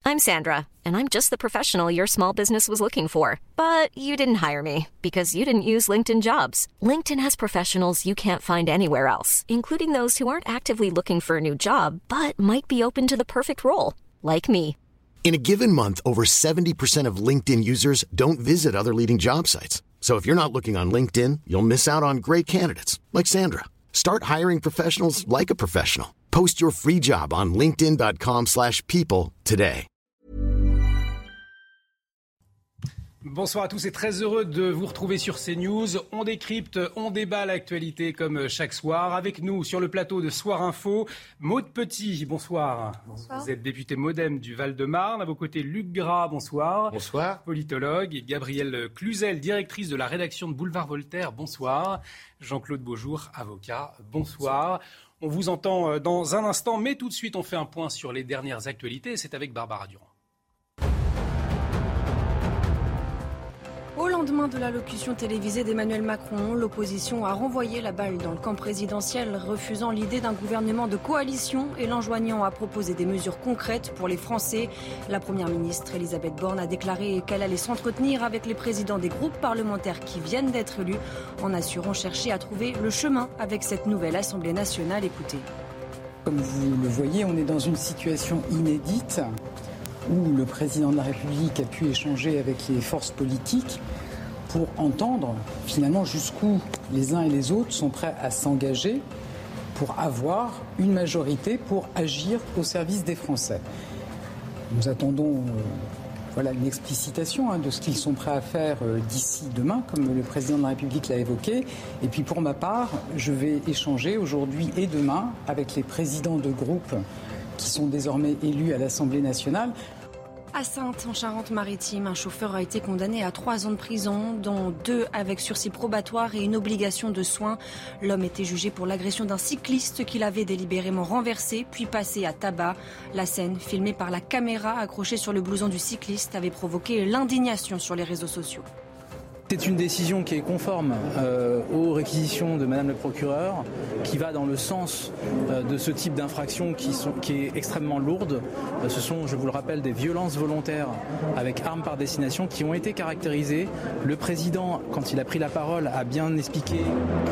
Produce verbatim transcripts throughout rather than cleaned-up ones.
I'm Sandra, and I'm just the professional your small business was looking for. But you didn't hire me because you didn't use LinkedIn Jobs. LinkedIn has professionals you can't find anywhere else, including those who aren't actively looking for a new job, but might be open to the perfect role, like me. In a given month, over seventy percent of LinkedIn users don't visit other leading job sites. So if you're not looking on LinkedIn, you'll miss out on great candidates like Sandra. Start hiring professionals like a professional. Post your free job on linkedin dot com slash people today. Bonsoir à tous et très heureux de vous retrouver sur CNews. On décrypte, on débat l'actualité comme chaque soir. Avec nous sur le plateau de Soir Info, Maud Petit, bonsoir. bonsoir. Vous êtes député Modem du Val-de-Marne. À vos côtés, Luc Gras, bonsoir. Bonsoir. Politologue. Et Gabrielle Cluzel, directrice de la rédaction de Boulevard Voltaire, bonsoir. Jean-Claude Beaujour, avocat, bonsoir. bonsoir. On vous entend dans un instant, mais tout de suite, on fait un point sur les dernières actualités. C'est avec Barbara Durand. Au lendemain de l'allocution télévisée d'Emmanuel Macron, l'opposition a renvoyé la balle dans le camp présidentiel, refusant l'idée d'un gouvernement de coalition et l'enjoignant à proposer des mesures concrètes pour les Français. La première ministre Elisabeth Borne a déclaré qu'elle allait s'entretenir avec les présidents des groupes parlementaires qui viennent d'être élus, en assurant chercher à trouver le chemin avec cette nouvelle Assemblée nationale. Écoutez. Comme vous le voyez, on est dans une situation inédite où le président de la République a pu échanger avec les forces politiques pour entendre finalement jusqu'où les uns et les autres sont prêts à s'engager pour avoir une majorité pour agir au service des Français. Nous attendons euh, voilà, une explicitation hein, de ce qu'ils sont prêts à faire euh, d'ici demain, comme le président de la République l'a évoqué. Et puis pour ma part, je vais échanger aujourd'hui et demain avec les présidents de groupes qui sont désormais élus à l'Assemblée nationale. À Saintes, en Charente-Maritime, un chauffeur a été condamné à trois ans de prison, dont deux avec sursis probatoire et une obligation de soins. L'homme était jugé pour l'agression d'un cycliste qu'il avait délibérément renversé, puis passé à tabac. La scène, filmée par la caméra accrochée sur le blouson du cycliste, avait provoqué l'indignation sur les réseaux sociaux. C'est une décision qui est conforme euh, aux réquisitions de Madame le procureur, qui va dans le sens euh, de ce type d'infraction qui, sont, qui est extrêmement lourde. Euh, ce sont, je vous le rappelle, des violences volontaires avec armes par destination qui ont été caractérisées. Le président, quand il a pris la parole, a bien expliqué,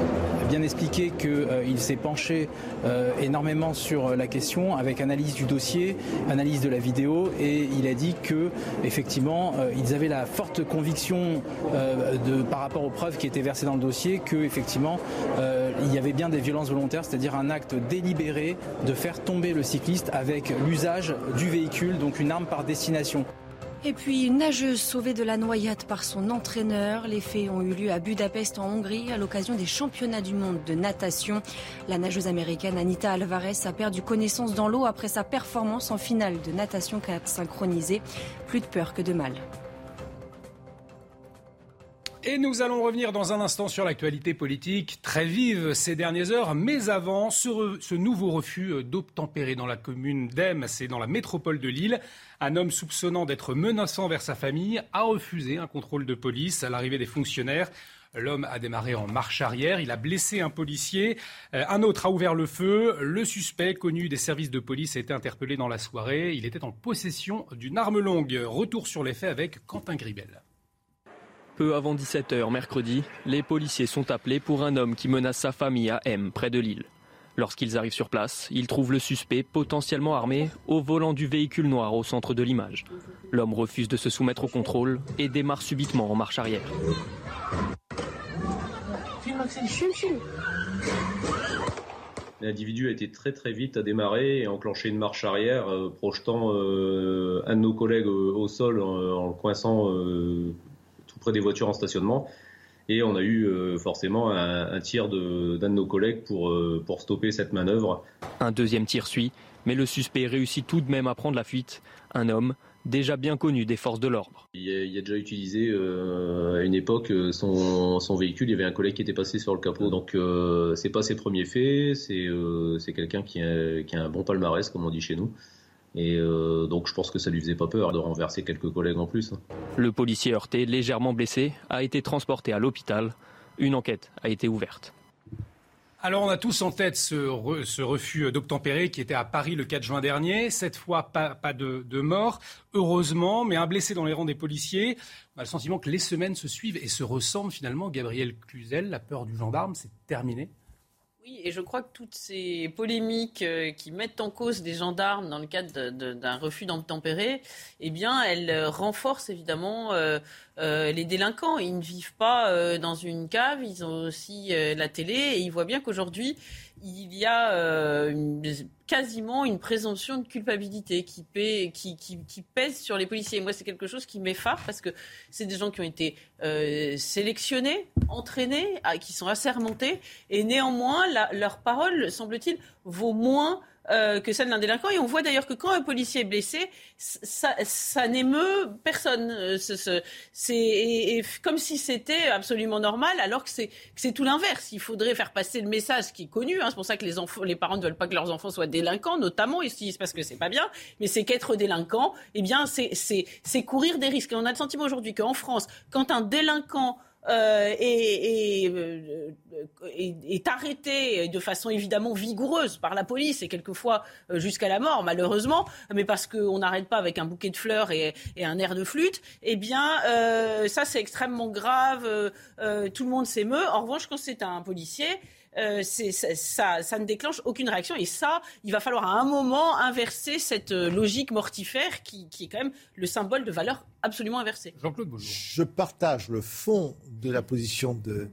a bien expliqué qu'il euh, s'est penché euh, énormément sur la question avec analyse du dossier, analyse de la vidéo, et il a dit que effectivement, euh, ils avaient la forte conviction euh, De, par rapport aux preuves qui étaient versées dans le dossier, qu'effectivement euh, il y avait bien des violences volontaires, c'est-à-dire un acte délibéré de faire tomber le cycliste avec l'usage du véhicule, donc une arme par destination. Et puis une nageuse sauvée de la noyade par son entraîneur. Les faits ont eu lieu à Budapest en Hongrie à l'occasion des championnats du monde de natation. La nageuse américaine Anita Alvarez a perdu connaissance dans l'eau après sa performance en finale de natation kayak synchronisée. Plus de peur que de mal. Et nous allons revenir dans un instant sur l'actualité politique très vive ces dernières heures. Mais avant, ce, re, ce nouveau refus d'obtempérer dans la commune d'Aime, c'est dans la métropole de Lille. Un homme soupçonnant d'être menaçant vers sa famille a refusé un contrôle de police à l'arrivée des fonctionnaires. L'homme a démarré en marche arrière, il a blessé un policier, un autre a ouvert le feu. Le suspect, connu des services de police, a été interpellé dans la soirée. Il était en possession d'une arme longue. Retour sur les faits avec Quentin Gribel. Peu avant dix-sept heures mercredi, les policiers sont appelés pour un homme qui menace sa famille à Aime, près de Lille. Lorsqu'ils arrivent sur place, ils trouvent le suspect potentiellement armé au volant du véhicule noir au centre de l'image. L'homme refuse de se soumettre au contrôle et démarre subitement en marche arrière. L'individu a été très très vite à démarrer et a enclenché une marche arrière, euh, projetant euh, un de nos collègues au, au sol en, en le coinçant euh, tout près des voitures en stationnement. Et on a eu euh, forcément un, un tir de, d'un de nos collègues pour, euh, pour stopper cette manœuvre. Un deuxième tir suit, mais le suspect réussit tout de même à prendre la fuite. Un homme déjà bien connu des forces de l'ordre. Il a, il a déjà utilisé euh, à une époque son, son véhicule, il y avait un collègue qui était passé sur le capot. Donc euh, c'est pas ses premiers faits, c'est, euh, c'est quelqu'un qui a, qui a un bon palmarès, comme on dit chez nous. Et euh, donc je pense que ça lui faisait pas peur de renverser quelques collègues en plus. Le policier heurté, légèrement blessé, a été transporté à l'hôpital. Une enquête a été ouverte. Alors on a tous en tête ce, re, ce refus d'obtempérer qui était à Paris le quatre juin dernier. Cette fois, pas, pas de, de mort, heureusement, mais un blessé dans les rangs des policiers. On a le sentiment que les semaines se suivent et se ressemblent finalement. Gabriel Cluzel, la peur du gendarme, c'est terminé. Oui, et je crois que toutes ces polémiques euh, qui mettent en cause des gendarmes dans le cadre de, de, d'un refus d'obtempérer, eh bien, elles euh, renforcent évidemment euh, euh, les délinquants. Ils ne vivent pas euh, dans une cave, ils ont aussi euh, la télé et ils voient bien qu'aujourd'hui, il y a euh, une, quasiment une présomption de culpabilité qui, paie, qui, qui, qui pèse sur les policiers. Et moi, c'est quelque chose qui m'effare parce que c'est des gens qui ont été euh, sélectionnés, entraînés, qui sont assermentés. Et néanmoins, la, leur parole, semble-t-il, vaut moins euh, que celle d'un délinquant. Et on voit d'ailleurs que quand un policier est blessé, ça, ça n'émeut personne. C'est, c'est et, et comme si c'était absolument normal, alors que c'est, que c'est tout l'inverse. Il faudrait faire passer le message qui est connu. Hein. C'est pour ça que les, enfants, les parents ne veulent pas que leurs enfants soient délinquants, notamment. Ils se disent parce que c'est pas bien. Mais c'est qu'être délinquant, eh bien, c'est, c'est, c'est courir des risques. Et on a le sentiment aujourd'hui qu'en France, quand un délinquant Euh, est, est, est, est arrêté de façon évidemment vigoureuse par la police et quelquefois jusqu'à la mort malheureusement, mais parce qu'on n'arrête pas avec un bouquet de fleurs et, et un air de flûte, eh bien euh, ça c'est extrêmement grave, euh, tout le monde s'émeut. En revanche, quand c'est un policier, Euh, c'est, ça, ça, ça ne déclenche aucune réaction et ça, il va falloir à un moment inverser cette logique mortifère qui, qui est quand même le symbole de valeurs absolument inversées. Jean-Claude Beaujour. Je partage le fond de la position de,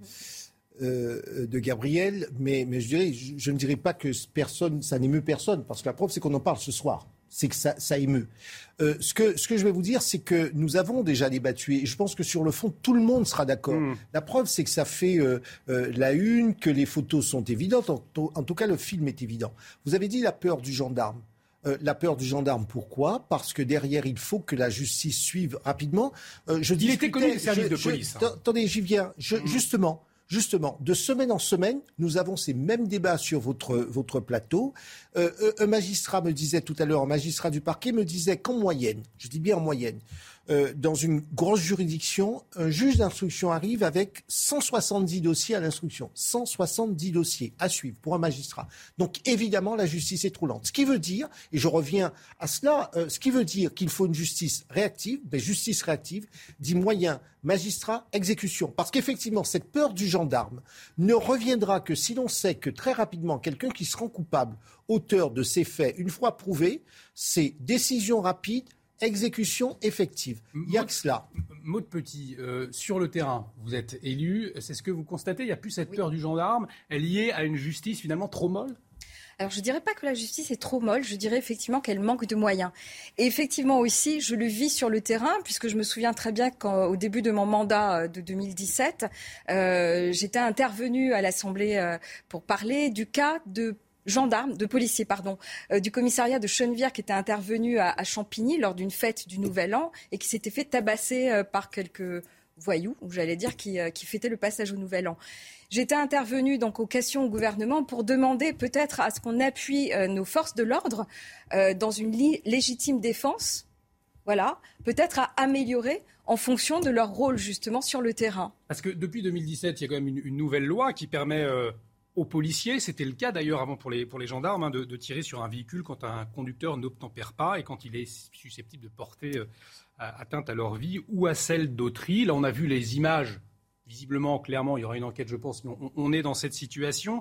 euh, de Gabriel, mais, mais je, dirais, je, je ne dirais pas que personne, ça n'émeut personne, parce que la preuve c'est qu'on en parle ce soir. C'est que ça, ça émeut. Euh, ce, que, ce que je vais vous dire, c'est que nous avons déjà débattu, et je pense que sur le fond, tout le monde sera d'accord. Mmh. La preuve, c'est que ça fait euh, euh, la une, que les photos sont évidentes. En, en tout cas, le film est évident. Vous avez dit la peur du gendarme. Euh, la peur du gendarme, pourquoi ? Parce que derrière, il faut que la justice suive rapidement. Euh, je il était connu des services de police. Je, hein. Attendez, j'y viens. Je, mmh. Justement... Justement, de semaine en semaine, nous avons ces mêmes débats sur votre, votre plateau. Euh, un magistrat me disait tout à l'heure, un magistrat du parquet me disait qu'en moyenne, je dis bien en moyenne, euh, dans une grosse juridiction, un juge d'instruction arrive avec cent soixante-dix dossiers à l'instruction. cent soixante-dix dossiers à suivre pour un magistrat. Donc évidemment, la justice est trop lente. Ce qui veut dire, et je reviens à cela, euh, ce qui veut dire qu'il faut une justice réactive, mais justice réactive dit moyen, magistrat, exécution. Parce qu'effectivement, cette peur du gendarme ne reviendra que si l'on sait que très rapidement, quelqu'un qui se rend coupable, auteur de ces faits, une fois prouvé, c'est décision rapide, exécution effective. Il n'y a que cela. Maud Petit, euh, sur le terrain, vous êtes élu, c'est ce que vous constatez, il n'y a plus cette oui. peur du gendarme, elle est liée à une justice finalement trop molle ? Alors, je ne dirais pas que la justice est trop molle, je dirais effectivement qu'elle manque de moyens. Et effectivement aussi, je le vis sur le terrain, puisque je me souviens très bien qu'au début de mon mandat de deux mille dix-sept, euh, j'étais intervenue à l'Assemblée euh, pour parler du cas de gendarmes, de policiers, pardon, euh, du commissariat de Chenevière qui était intervenu à, à Champigny lors d'une fête du Nouvel An et qui s'était fait tabasser euh, par quelques voyous, ou j'allais dire, qui, euh, qui fêtaient le passage au Nouvel An. J'étais intervenue donc aux questions au gouvernement pour demander peut-être à ce qu'on appuie euh, nos forces de l'ordre euh, dans une li- légitime défense, voilà, peut-être à améliorer en fonction de leur rôle justement sur le terrain. Parce que depuis deux mille dix-sept, il y a quand même une, une nouvelle loi qui permet euh, aux policiers, c'était le cas d'ailleurs avant pour les, pour les gendarmes, hein, de, de tirer sur un véhicule quand un conducteur n'obtempère pas et quand il est susceptible de porter euh, atteinte à leur vie ou à celle d'autrui. Là, on a vu les images. Visiblement, clairement, il y aura une enquête, je pense, mais on, on est dans cette situation.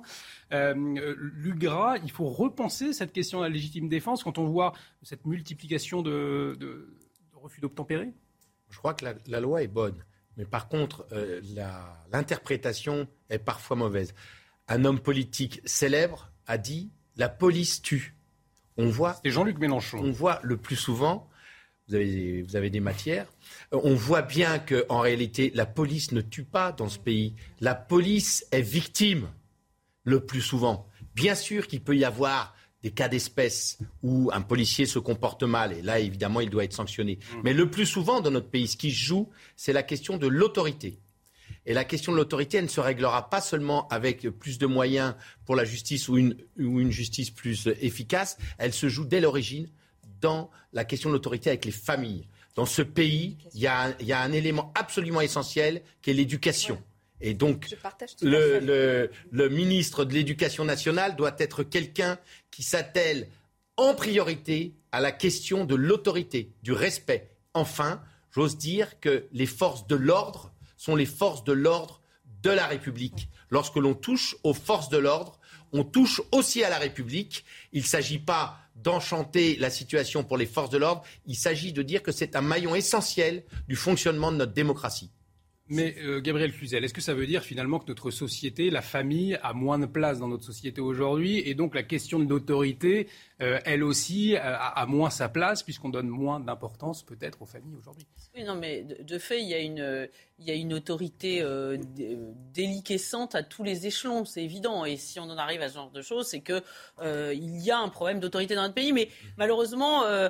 Euh, Luc Gras, il faut repenser cette question de la légitime défense quand on voit cette multiplication de, de, de refus d'obtempérer. Je crois que la, la loi est bonne, mais par contre, euh, la, l'interprétation est parfois mauvaise. Un homme politique célèbre a dit « la police tue ». On voit, C'était Jean-Luc Mélenchon. On voit le plus souvent... Vous avez, vous avez des matières. On voit bien qu'en réalité, la police ne tue pas dans ce pays. La police est victime, le plus souvent. Bien sûr qu'il peut y avoir des cas d'espèce où un policier se comporte mal, et là, évidemment, il doit être sanctionné. Mmh. Mais le plus souvent, dans notre pays, ce qui se joue, c'est la question de l'autorité. Et la question de l'autorité, elle ne se réglera pas seulement avec plus de moyens pour la justice ou une, ou une justice plus efficace, elle se joue dès l'origine dans la question de l'autorité avec les familles. Dans ce pays, il y a un, il y a un élément absolument essentiel qui est l'éducation. Et donc, le, le, le ministre de l'Éducation nationale doit être quelqu'un qui s'attelle en priorité à la question de l'autorité, du respect. Enfin, j'ose dire que les forces de l'ordre sont les forces de l'ordre de la République. Lorsque l'on touche aux forces de l'ordre, on touche aussi à la République. Il ne s'agit pas d'enchanter la situation pour les forces de l'ordre, il s'agit de dire que c'est un maillon essentiel du fonctionnement de notre démocratie. Mais euh, Gabriel Cluzel, est-ce que ça veut dire finalement que notre société, la famille, a moins de place dans notre société aujourd'hui et donc la question de l'autorité, euh, elle aussi, a, a moins sa place puisqu'on donne moins d'importance peut-être aux familles aujourd'hui? Oui, non, mais de, de fait, il y a une, il y a une autorité euh, dé, déliquescente à tous les échelons, c'est évident. Et si on en arrive à ce genre de choses, c'est que euh, il y a un problème d'autorité dans notre pays. Mais malheureusement, euh,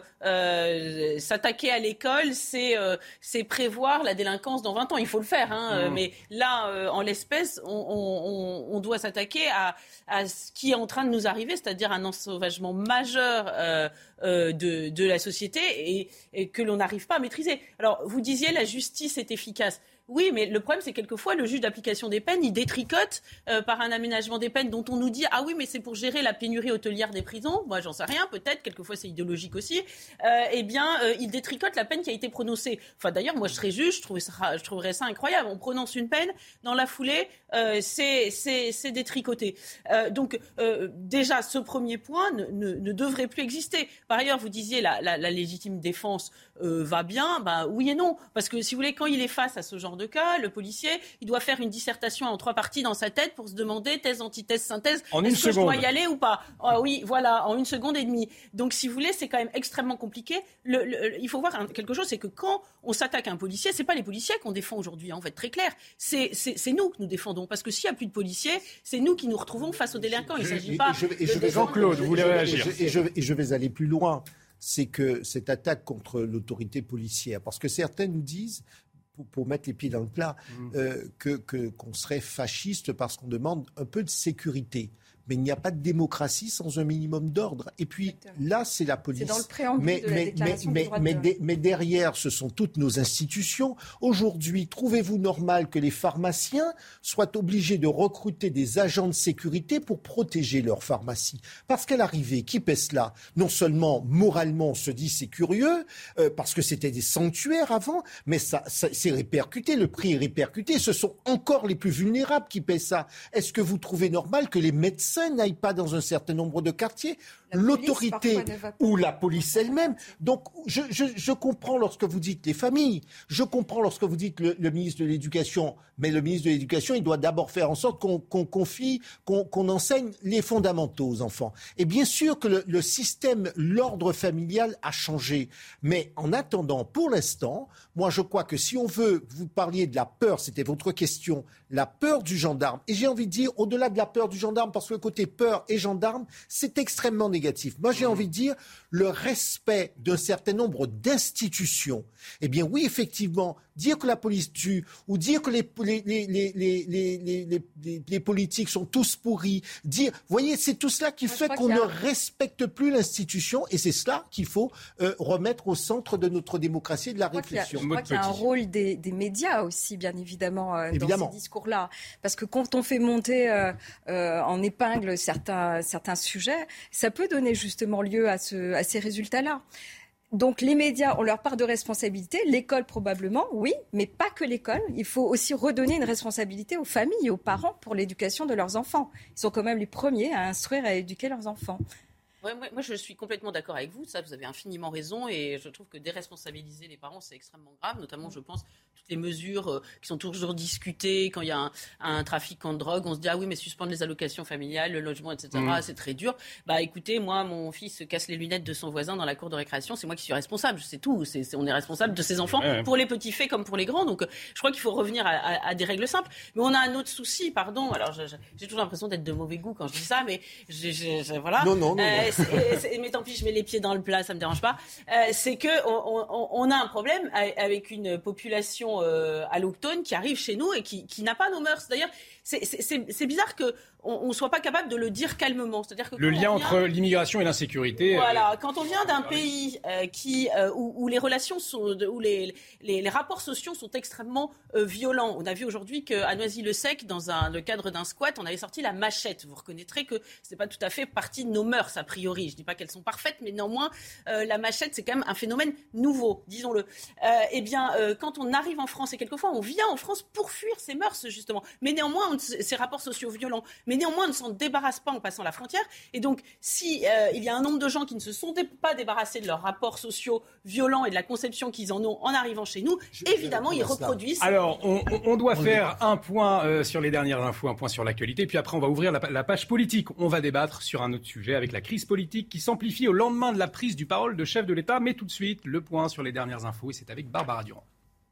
euh, s'attaquer à l'école, c'est, euh, c'est prévoir la délinquance dans vingt ans. Il faut le faire, hein, mmh. Mais là, euh, en l'espèce, on, on, on doit s'attaquer à, à ce qui est en train de nous arriver, c'est-à-dire un ensauvagement majeur euh, euh, de, de la société et, et que l'on n'arrive pas à maîtriser. Alors, vous disiez la justice est efficace. Oui, mais le problème, c'est que quelquefois, le juge d'application des peines, il détricote euh, par un aménagement des peines dont on nous dit « Ah oui, mais c'est pour gérer la pénurie hôtelière des prisons. » Moi, j'en sais rien, peut-être. Quelquefois, c'est idéologique aussi. Euh, eh bien, euh, il détricote la peine qui a été prononcée. Enfin, d'ailleurs, moi, je serais juge, je trouverais ça, je trouverais ça incroyable. On prononce une peine, dans la foulée, euh, c'est, c'est, c'est détricoté. Euh, donc, euh, déjà, ce premier point ne, ne, ne devrait plus exister. Par ailleurs, vous disiez la, la, la légitime défense euh, va bien. Ben, oui et non. Parce que, si vous voulez, quand il est face à ce genre de cas, le policier, il doit faire une dissertation en trois parties dans sa tête pour se demander thèse, antithèse, synthèse. En est-ce une que seconde. je dois y aller ou pas? Oh, oui, voilà, en une seconde et demie. Donc, si vous voulez, c'est quand même extrêmement compliqué. Le, le, il faut voir un, quelque chose, c'est que quand on s'attaque à un policier, c'est pas les policiers qu'on défend aujourd'hui, hein, on va être très clair. C'est, c'est, c'est nous que nous défendons. Parce que s'il n'y a plus de policiers, c'est nous qui nous retrouvons face aux délinquants. Il ne s'agit pas et je, et je, de... Jean-Claude, vous voulez réagir? Et je, et je vais aller plus loin. C'est que cette attaque contre l'autorité policière, parce que certains nous disent, pour, pour mettre les pieds dans le plat, mmh. euh, que, que, qu'on serait fasciste parce qu'on demande un peu de sécurité. Mais il n'y a pas de démocratie sans un minimum d'ordre. Et puis Exactement. Là, c'est la police. C'est dans le préambule mais, de la mais, déclaration mais, du droit mais, de... mais, mais derrière, ce sont toutes nos institutions. Aujourd'hui, trouvez-vous normal que les pharmaciens soient obligés de recruter des agents de sécurité pour protéger leur pharmacie? Parce qu'à l'arrivée, qui paie cela? Non seulement, moralement, on se dit c'est curieux, euh, parce que c'était des sanctuaires avant, mais ça, ça, c'est répercuté, le prix est répercuté. Ce sont encore les plus vulnérables qui paient ça. Est-ce que vous trouvez normal que les médecins n'aillent pas dans un certain nombre de quartiers, la l'autorité ou la police elle-même. Donc, je, je, je comprends lorsque vous dites les familles, je comprends lorsque vous dites le, le ministre de l'Éducation, mais le ministre de l'Éducation, il doit d'abord faire en sorte qu'on, qu'on confie, qu'on, qu'on enseigne les fondamentaux aux enfants. Et bien sûr que le, le système, l'ordre familial a changé, mais en attendant, pour l'instant, moi je crois que si on veut, vous parliez de la peur, c'était votre question, la peur du gendarme, et j'ai envie de dire, au-delà de la peur du gendarme, parce que le côté peur et gendarme, c'est extrêmement négatif. Moi, j'ai envie de dire le respect d'un certain nombre d'institutions. Eh bien, oui, effectivement, dire que la police tue ou dire que les, les, les, les, les, les, les, les, les politiques sont tous pourris, dire, vous voyez, c'est tout cela qui Moi, fait qu'on ne a... respecte plus l'institution et c'est cela qu'il faut euh, remettre au centre de notre démocratie et de la je réflexion. Je crois qu'il y a un rôle des, des médias aussi, bien évidemment, euh, évidemment, dans ces discours-là. Parce que quand on fait monter euh, euh, en épingle certains, certains sujets, ça peut donner justement lieu à, ce, à ces résultats-là. Donc les médias ont leur part de responsabilité, l'école probablement, oui, mais pas que l'école. Il faut aussi redonner une responsabilité aux familles et aux parents pour l'éducation de leurs enfants. Ils sont quand même les premiers à instruire et à éduquer leurs enfants. Ouais, moi, moi, je suis complètement d'accord avec vous. Ça, vous avez infiniment raison. Et je trouve que déresponsabiliser les parents, c'est extrêmement grave. Notamment, je pense, toutes les mesures euh, qui sont toujours discutées. Quand il y a un, un trafiquant de drogue, on se dit « Ah oui, mais suspendre les allocations familiales, le logement, et cetera, mmh. c'est très dur. » Bah écoutez, moi, mon fils se casse les lunettes de son voisin dans la cour de récréation. C'est moi qui suis responsable. C'est tout. C'est, c'est, on est responsable de ses enfants, ouais. pour les petits faits comme pour les grands. Donc, je crois qu'il faut revenir à, à, à des règles simples. Mais on a un autre souci, pardon. Alors, je, je, j'ai toujours l'impression d'être de mauvais goût quand je dis ça, mais je, je, je, voilà. Non, non, non. Euh, c'est, c'est, mais tant pis, je mets les pieds dans le plat, ça me dérange pas. Euh, c'est que on, on, on a un problème avec une population euh, alloctone qui arrive chez nous et qui, qui n'a pas nos mœurs. D'ailleurs, c'est, c'est, c'est bizarre que on ne soit pas capable de le dire calmement. C'est-à-dire que le lien vient... entre l'immigration et l'insécurité. Voilà, euh... quand on vient d'un pays euh, qui, euh, où, où les relations sont, où les, les, les rapports sociaux sont extrêmement euh, violents. On a vu aujourd'hui qu'à Noisy-le-Sec, dans un, le cadre d'un squat, on avait sorti la machette. Vous reconnaîtrez que c'est pas tout à fait partie de nos mœurs, a priori. Je dis pas qu'elles sont parfaites, mais néanmoins, euh, la machette, c'est quand même un phénomène nouveau, disons-le. Euh, eh bien, euh, quand on arrive en France, et quelquefois on vient en France pour fuir ces mœurs, justement. Mais néanmoins, on, ces rapports sociaux violents. Mais néanmoins, on ne s'en débarrasse pas en passant la frontière. Et donc, si euh, il y a un nombre de gens qui ne se sont dé- pas débarrassés de leurs rapports sociaux violents et de la conception qu'ils en ont en arrivant chez nous, Je évidemment, ils reproduisent. Alors, on, on doit on faire est... un point euh, sur les dernières infos, un point sur l'actualité. Puis après, on va ouvrir la, la page politique. On va débattre sur un autre sujet avec la crise politique qui s'amplifie au lendemain de la prise du parole de chef de l'État. Mais tout de suite, le point sur les dernières infos. Et c'est avec Barbara Durand.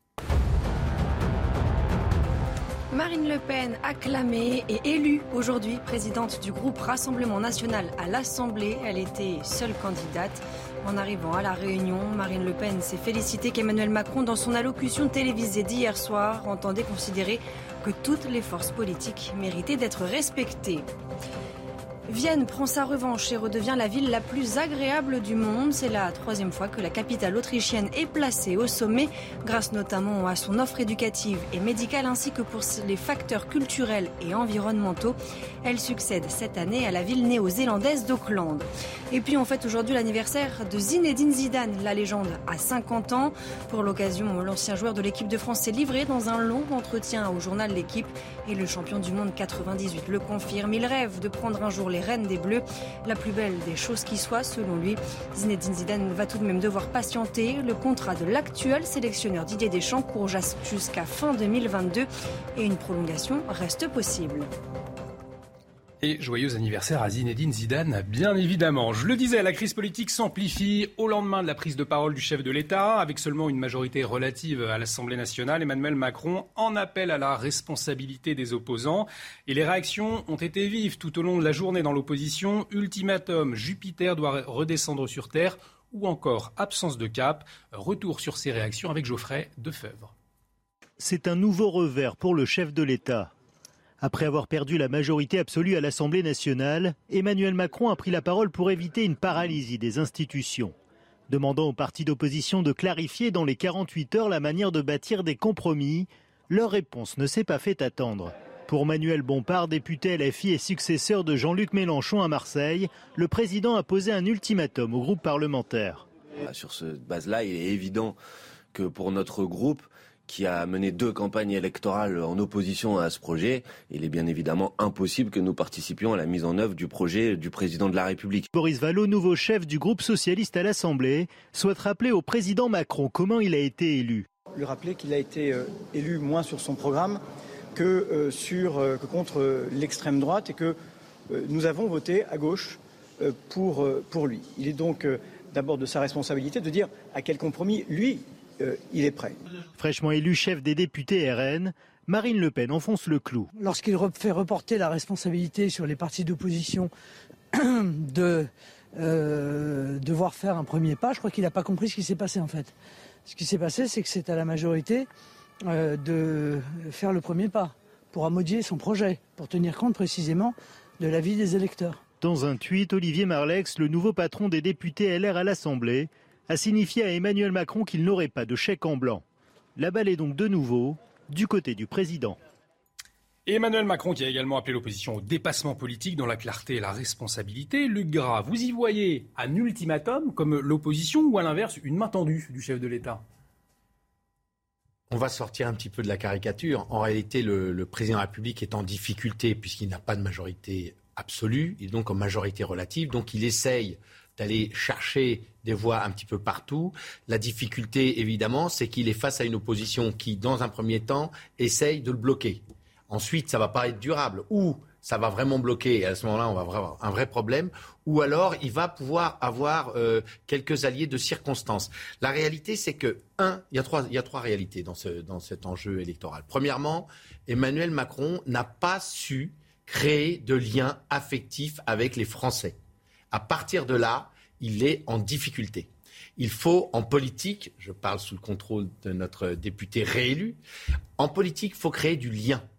Marine Le Pen, acclamée et élue aujourd'hui présidente du groupe Rassemblement National à l'Assemblée. Elle était seule candidate. En arrivant à la Réunion, Marine Le Pen s'est félicitée qu'Emmanuel Macron, dans son allocution télévisée d'hier soir, entendait considérer que toutes les forces politiques méritaient d'être respectées. Vienne prend sa revanche et redevient la ville la plus agréable du monde. C'est la troisième fois que la capitale autrichienne est placée au sommet, grâce notamment à son offre éducative et médicale ainsi que pour les facteurs culturels et environnementaux. Elle succède cette année à la ville néo-zélandaise d'Auckland. Et puis on fête aujourd'hui l'anniversaire de Zinedine Zidane. La légende a cinquante ans. Pour l'occasion, l'ancien joueur de l'équipe de France s'est livré dans un long entretien au journal L'Équipe. Et le champion du monde quatre-vingt-dix-huit le confirme. Il rêve de prendre un jour les rênes des Bleus. La plus belle des choses qui soit, selon lui. Zinedine Zidane va tout de même devoir patienter. Le contrat de l'actuel sélectionneur Didier Deschamps court jusqu'à fin deux mille vingt-deux et une prolongation reste possible. Et joyeux anniversaire à Zinedine Zidane, bien évidemment. Je le disais, la crise politique s'amplifie au lendemain de la prise de parole du chef de l'État. Avec seulement une majorité relative à l'Assemblée nationale, Emmanuel Macron en appelle à la responsabilité des opposants. Et les réactions ont été vives tout au long de la journée dans l'opposition. Ultimatum, Jupiter doit redescendre sur Terre ou encore absence de cap. Retour sur ces réactions avec Geoffrey Defebvre. C'est un nouveau revers pour le chef de l'État. Après avoir perdu la majorité absolue à l'Assemblée nationale, Emmanuel Macron a pris la parole pour éviter une paralysie des institutions. Demandant aux partis d'opposition de clarifier dans les quarante-huit heures la manière de bâtir des compromis, leur réponse ne s'est pas fait attendre. Pour Manuel Bompard, député L F I et successeur de Jean-Luc Mélenchon à Marseille, le président a posé un ultimatum au groupe parlementaire. Sur cette base-là, il est évident que pour notre groupe, qui a mené deux campagnes électorales en opposition à ce projet, il est bien évidemment impossible que nous participions à la mise en œuvre du projet du président de la République. Boris Vallaud, nouveau chef du groupe socialiste à l'Assemblée, souhaite rappeler au président Macron comment il a été élu. Lui rappeler qu'il a été euh, élu moins sur son programme que, euh, sur, euh, que contre euh, l'extrême droite et que euh, nous avons voté à gauche euh, pour, euh, pour lui. Il est donc euh, d'abord de sa responsabilité de dire à quel compromis lui Euh, il est prêt. Fraîchement élu chef des députés R N, Marine Le Pen enfonce le clou. Lorsqu'il fait reporter la responsabilité sur les partis d'opposition de euh, devoir faire un premier pas, je crois qu'il n'a pas compris ce qui s'est passé en fait. Ce qui s'est passé, c'est que c'est à la majorité euh, de faire le premier pas pour amodier son projet, pour tenir compte précisément de l'avis des électeurs. Dans un tweet, Olivier Marleix, le nouveau patron des députés L R à l'Assemblée, a signifié à Emmanuel Macron qu'il n'aurait pas de chèque en blanc. La balle est donc de nouveau du côté du président. Et Emmanuel Macron qui a également appelé l'opposition au dépassement politique dans la clarté et la responsabilité. Luc Gras, vous y voyez un ultimatum comme l'opposition ou à l'inverse une main tendue du chef de l'État ? On va sortir un petit peu de la caricature. En réalité, le, le président de la République est en difficulté puisqu'il n'a pas de majorité absolue, il est donc en majorité relative, donc il essaye d'aller chercher des voix un petit peu partout. La difficulté, évidemment, c'est qu'il est face à une opposition qui, dans un premier temps, essaye de le bloquer. Ensuite, ça ne va pas être durable. Ou ça va vraiment bloquer, et à ce moment-là, on va avoir un vrai problème. Ou alors, il va pouvoir avoir euh, quelques alliés de circonstance. La réalité, c'est que, un, il y a trois, il y a trois réalités dans, ce, dans cet enjeu électoral. Premièrement, Emmanuel Macron n'a pas su créer de liens affectifs avec les Français. À partir de là, il est en difficulté. Il faut, en politique, je parle sous le contrôle de notre député réélu, en politique, il faut créer du lien.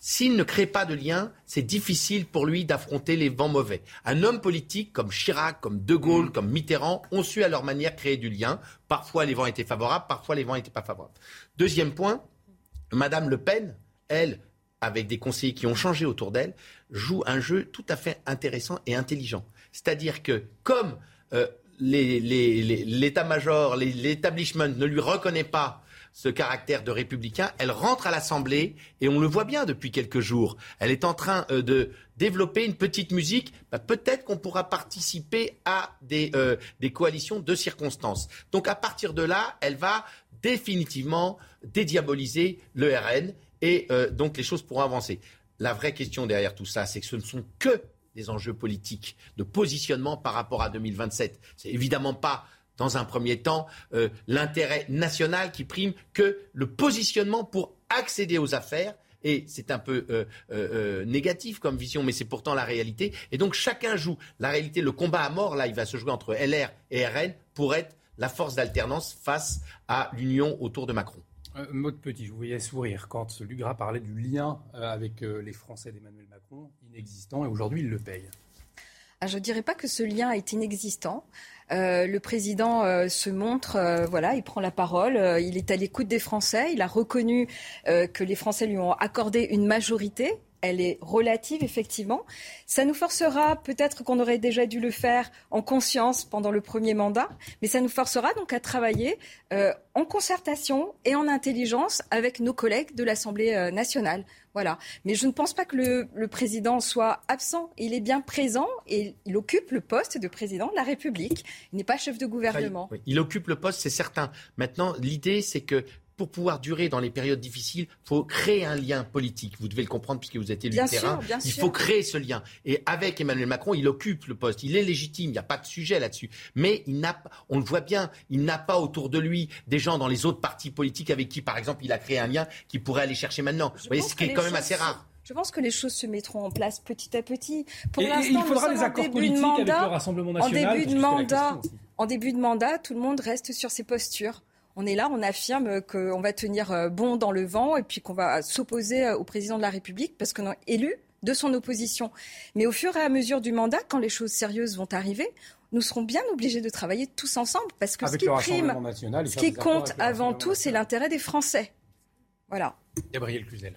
S'il ne crée pas de lien, c'est difficile pour lui d'affronter les vents mauvais. Un homme politique comme Chirac, comme De Gaulle, mmh. comme Mitterrand ont su à leur manière créer du lien. Parfois les vents étaient favorables, parfois les vents n'étaient pas favorables. Deuxième point, Madame Le Pen, elle, avec des conseillers qui ont changé autour d'elle, joue un jeu tout à fait intéressant et intelligent. C'est-à-dire que comme euh, les, les, les, l'état-major, les, l'établissement ne lui reconnaît pas ce caractère de républicain, elle rentre à l'Assemblée et on le voit bien depuis quelques jours. Elle est en train euh, de développer une petite musique. Bah, peut-être qu'on pourra participer à des, euh, des coalitions de circonstances. Donc à partir de là, elle va définitivement dédiaboliser le R N et euh, donc les choses pourront avancer. La vraie question derrière tout ça, c'est que ce ne sont que des enjeux politiques de positionnement par rapport à deux mille vingt-sept. C'est évidemment pas dans un premier temps, euh, l'intérêt national qui prime que le positionnement pour accéder aux affaires. Et c'est un peu euh, euh, négatif comme vision, mais c'est pourtant la réalité. Et donc chacun joue. La réalité, le combat à mort, là, il va se jouer entre L R et R N pour être la force d'alternance face à l'union autour de Macron. Euh, Maud Petit, je vous voyais sourire quand Lugras parlait du lien euh, avec euh, les Français d'Emmanuel Macron, inexistant, et aujourd'hui il le paye. Ah, je ne dirais pas que ce lien est inexistant. Euh, le président euh, se montre, euh, voilà, il prend la parole, euh, il est à l'écoute des Français, il a reconnu euh, que les Français lui ont accordé une majorité. Elle est relative, effectivement. Ça nous forcera, peut-être qu'on aurait déjà dû le faire en conscience pendant le premier mandat, mais ça nous forcera donc à travailler euh, en concertation et en intelligence avec nos collègues de l'Assemblée euh, nationale. Voilà. Mais je ne pense pas que le, le président soit absent. Il est bien présent et il occupe le poste de président de la République. Il n'est pas chef de gouvernement. Oui, il occupe le poste, c'est certain. Maintenant, l'idée, c'est que pour pouvoir durer dans les périodes difficiles, il faut créer un lien politique. Vous devez le comprendre puisque vous êtes élu de terrain. Bien il sûr. faut créer ce lien. Et avec Emmanuel Macron, il occupe le poste. Il est légitime, il n'y a pas de sujet là-dessus. Mais il n'a, on le voit bien, il n'a pas autour de lui des gens dans les autres partis politiques avec qui, par exemple, il a créé un lien qu'il pourrait aller chercher maintenant. Vous voyez, ce qui est quand même assez rare. Je pense que les choses se mettront en place petit à petit. Pour et, l'instant, et il faudra nous des sommes accords en début politiques de mandat, avec le Rassemblement national. En début de mandat, en début de mandat, tout le monde reste sur ses postures. On est là, on affirme qu'on va tenir bon dans le vent et puis qu'on va s'opposer au président de la République parce qu'on est élu de son opposition. Mais au fur et à mesure du mandat, quand les choses sérieuses vont arriver, nous serons bien obligés de travailler tous ensemble parce que avec ce qui prime, national, ce qui compte avant tout, c'est l'intérêt des Français. Voilà. Gabriel Cluzel.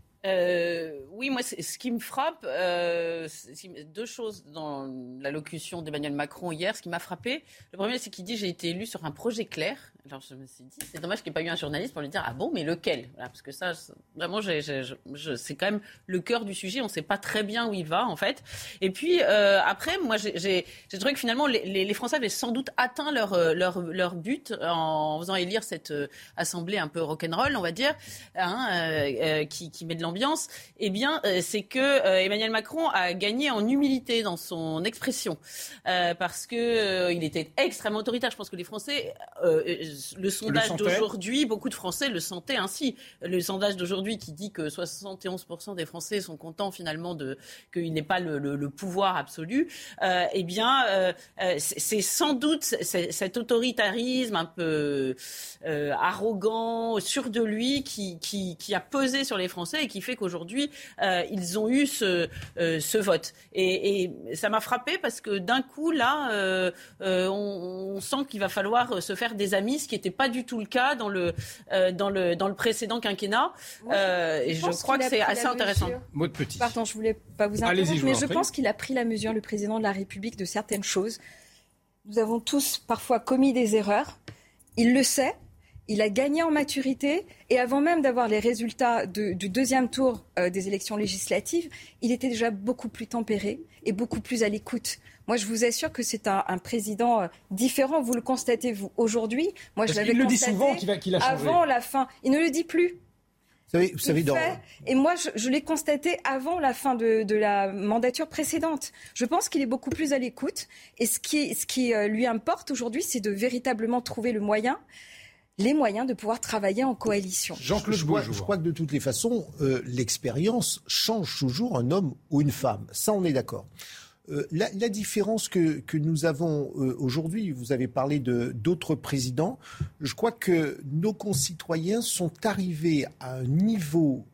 Euh, oui, moi, ce qui me frappe, euh, c'est deux choses dans l'allocution d'Emmanuel Macron hier. Ce qui m'a frappé, le premier, c'est qu'il dit « j'ai été élu sur un projet clair ». Alors je me suis dit, c'est dommage qu'il n'y ait pas eu un journaliste pour lui dire « ah bon, mais lequel ?» Voilà, parce que ça, vraiment, j'ai, j'ai, je, c'est quand même le cœur du sujet. On ne sait pas très bien où il va, en fait. Et puis, euh, après, moi, j'ai, j'ai, j'ai trouvé que finalement, les, les, les Français avaient sans doute atteint leur, leur, leur but en faisant élire cette euh, assemblée un peu rock'n'roll, on va dire, hein, euh, euh, qui, qui met de l'ambiance. Eh bien, euh, c'est que euh, Emmanuel Macron a gagné en humilité dans son expression. Euh, parce que euh, il était extrêmement autoritaire. Je pense que les Français... Euh, Le sondage le d'aujourd'hui, beaucoup de Français le sentaient ainsi. Le sondage d'aujourd'hui qui dit que soixante et onze pour cent des Français sont contents finalement de qu'il n'ait pas le, le, le pouvoir absolu. Euh, eh bien, euh, c'est, c'est sans doute c'est, cet autoritarisme un peu euh, arrogant, sûr de lui, qui, qui, qui a pesé sur les Français et qui fait qu'aujourd'hui euh, ils ont eu ce, euh, ce vote. Et, et ça m'a frappé parce que d'un coup là, euh, euh, on, on sent qu'il va falloir se faire des amis. Ce qui n'était pas du tout le cas dans le, euh, dans le, dans le précédent quinquennat. Moi, je, euh, et je, je crois que c'est assez intéressant. Maud Petit. Pardon, je ne voulais pas vous interrompre, mais je pense qu'il a pris la mesure, le président de la République, de certaines choses. Nous avons tous parfois commis des erreurs. Il le sait. Il a gagné en maturité et avant même d'avoir les résultats de, du deuxième tour euh, des élections législatives, il était déjà beaucoup plus tempéré et beaucoup plus à l'écoute. Moi, je vous assure que c'est un, un président euh, différent. Vous le constatez, vous, aujourd'hui. Moi, Parce je l'avais il constaté le dit souvent qu'il, va, qu'il a changé. Avant la fin. Il ne le dit plus. Vous savez, vous savez dans... Et moi, je, je l'ai constaté avant la fin de, de la mandature précédente. Je pense qu'il est beaucoup plus à l'écoute. Et ce qui, ce qui euh, lui importe aujourd'hui, c'est de véritablement trouver le moyen les moyens de pouvoir travailler en coalition. Jean-Claude je, crois, je crois que de toutes les façons, euh, l'expérience change toujours un homme ou une femme. Ça, on est d'accord. Euh, la, la différence que, que nous avons euh, aujourd'hui, vous avez parlé de, d'autres présidents, je crois que nos concitoyens sont arrivés à un niveau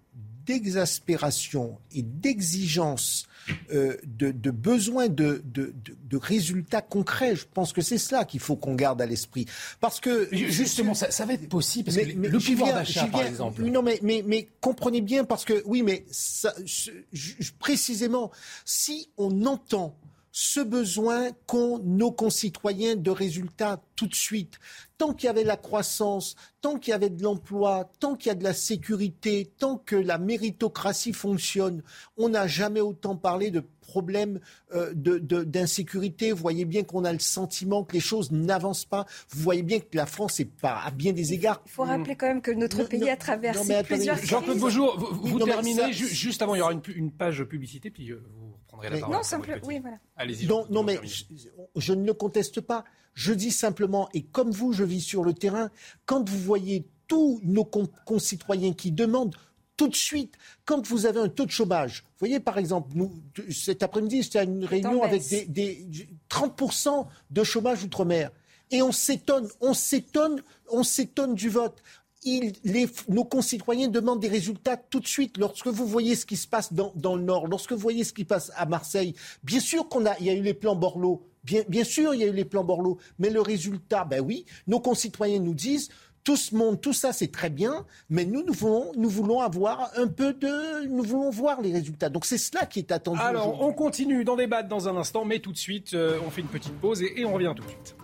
d'exaspération et d'exigence, euh, de, de besoin de, de, de, de résultats concrets. Je pense que c'est cela qu'il faut qu'on garde à l'esprit. Parce que justement, ça, ça va être possible parce mais, que mais le pouvoir viens, d'achat, viens, par exemple. Non, mais, mais, mais comprenez bien, parce que oui, mais ça, je, je, précisément, si on entend ce besoin qu'ont nos concitoyens de résultats tout de suite. Tant qu'il y avait la croissance, tant qu'il y avait de l'emploi, tant qu'il y a de la sécurité, tant que la méritocratie fonctionne, on n'a jamais autant parlé de problèmes euh, de, de, d'insécurité. Vous voyez bien qu'on a le sentiment que les choses n'avancent pas. Vous voyez bien que la France est pas, à bien des égards. Il faut rappeler quand même que notre non, pays non, a traversé non, mais plusieurs attendez, crises. Jean-Claude Beaujour, vous, vous non, terminez. Ça, ju- juste avant, il y aura une, une page publicité, puis euh, vous prendrez la mais, parole. Non, simple, oui, voilà. Allez-y. Non, non mais je, je ne le conteste pas. Je dis simplement, et comme vous, je vis sur le terrain, quand vous voyez tous nos con- concitoyens qui demandent tout de suite, quand vous avez un taux de chômage, vous voyez par exemple, nous, cet après-midi, j'étais à une réunion avec des, des trente pour cent de chômage outre-mer, et on s'étonne, on s'étonne, on s'étonne du vote. Il, les, nos concitoyens demandent des résultats tout de suite. Lorsque vous voyez ce qui se passe dans, dans le Nord, lorsque vous voyez ce qui se passe à Marseille, bien sûr qu'on a, il y a eu les plans Borloo, bien, bien sûr il y a eu les plans Borloo, mais le résultat, ben oui, nos concitoyens nous disent, tout ce monde, tout ça c'est très bien, mais nous, nous voulons, nous voulons avoir un peu de, nous voulons voir les résultats. Donc c'est cela qui est attendu. Alors aujourd'hui. on continue d'en débattre dans un instant, mais tout de suite, euh, on fait une petite pause et, et on revient tout de suite.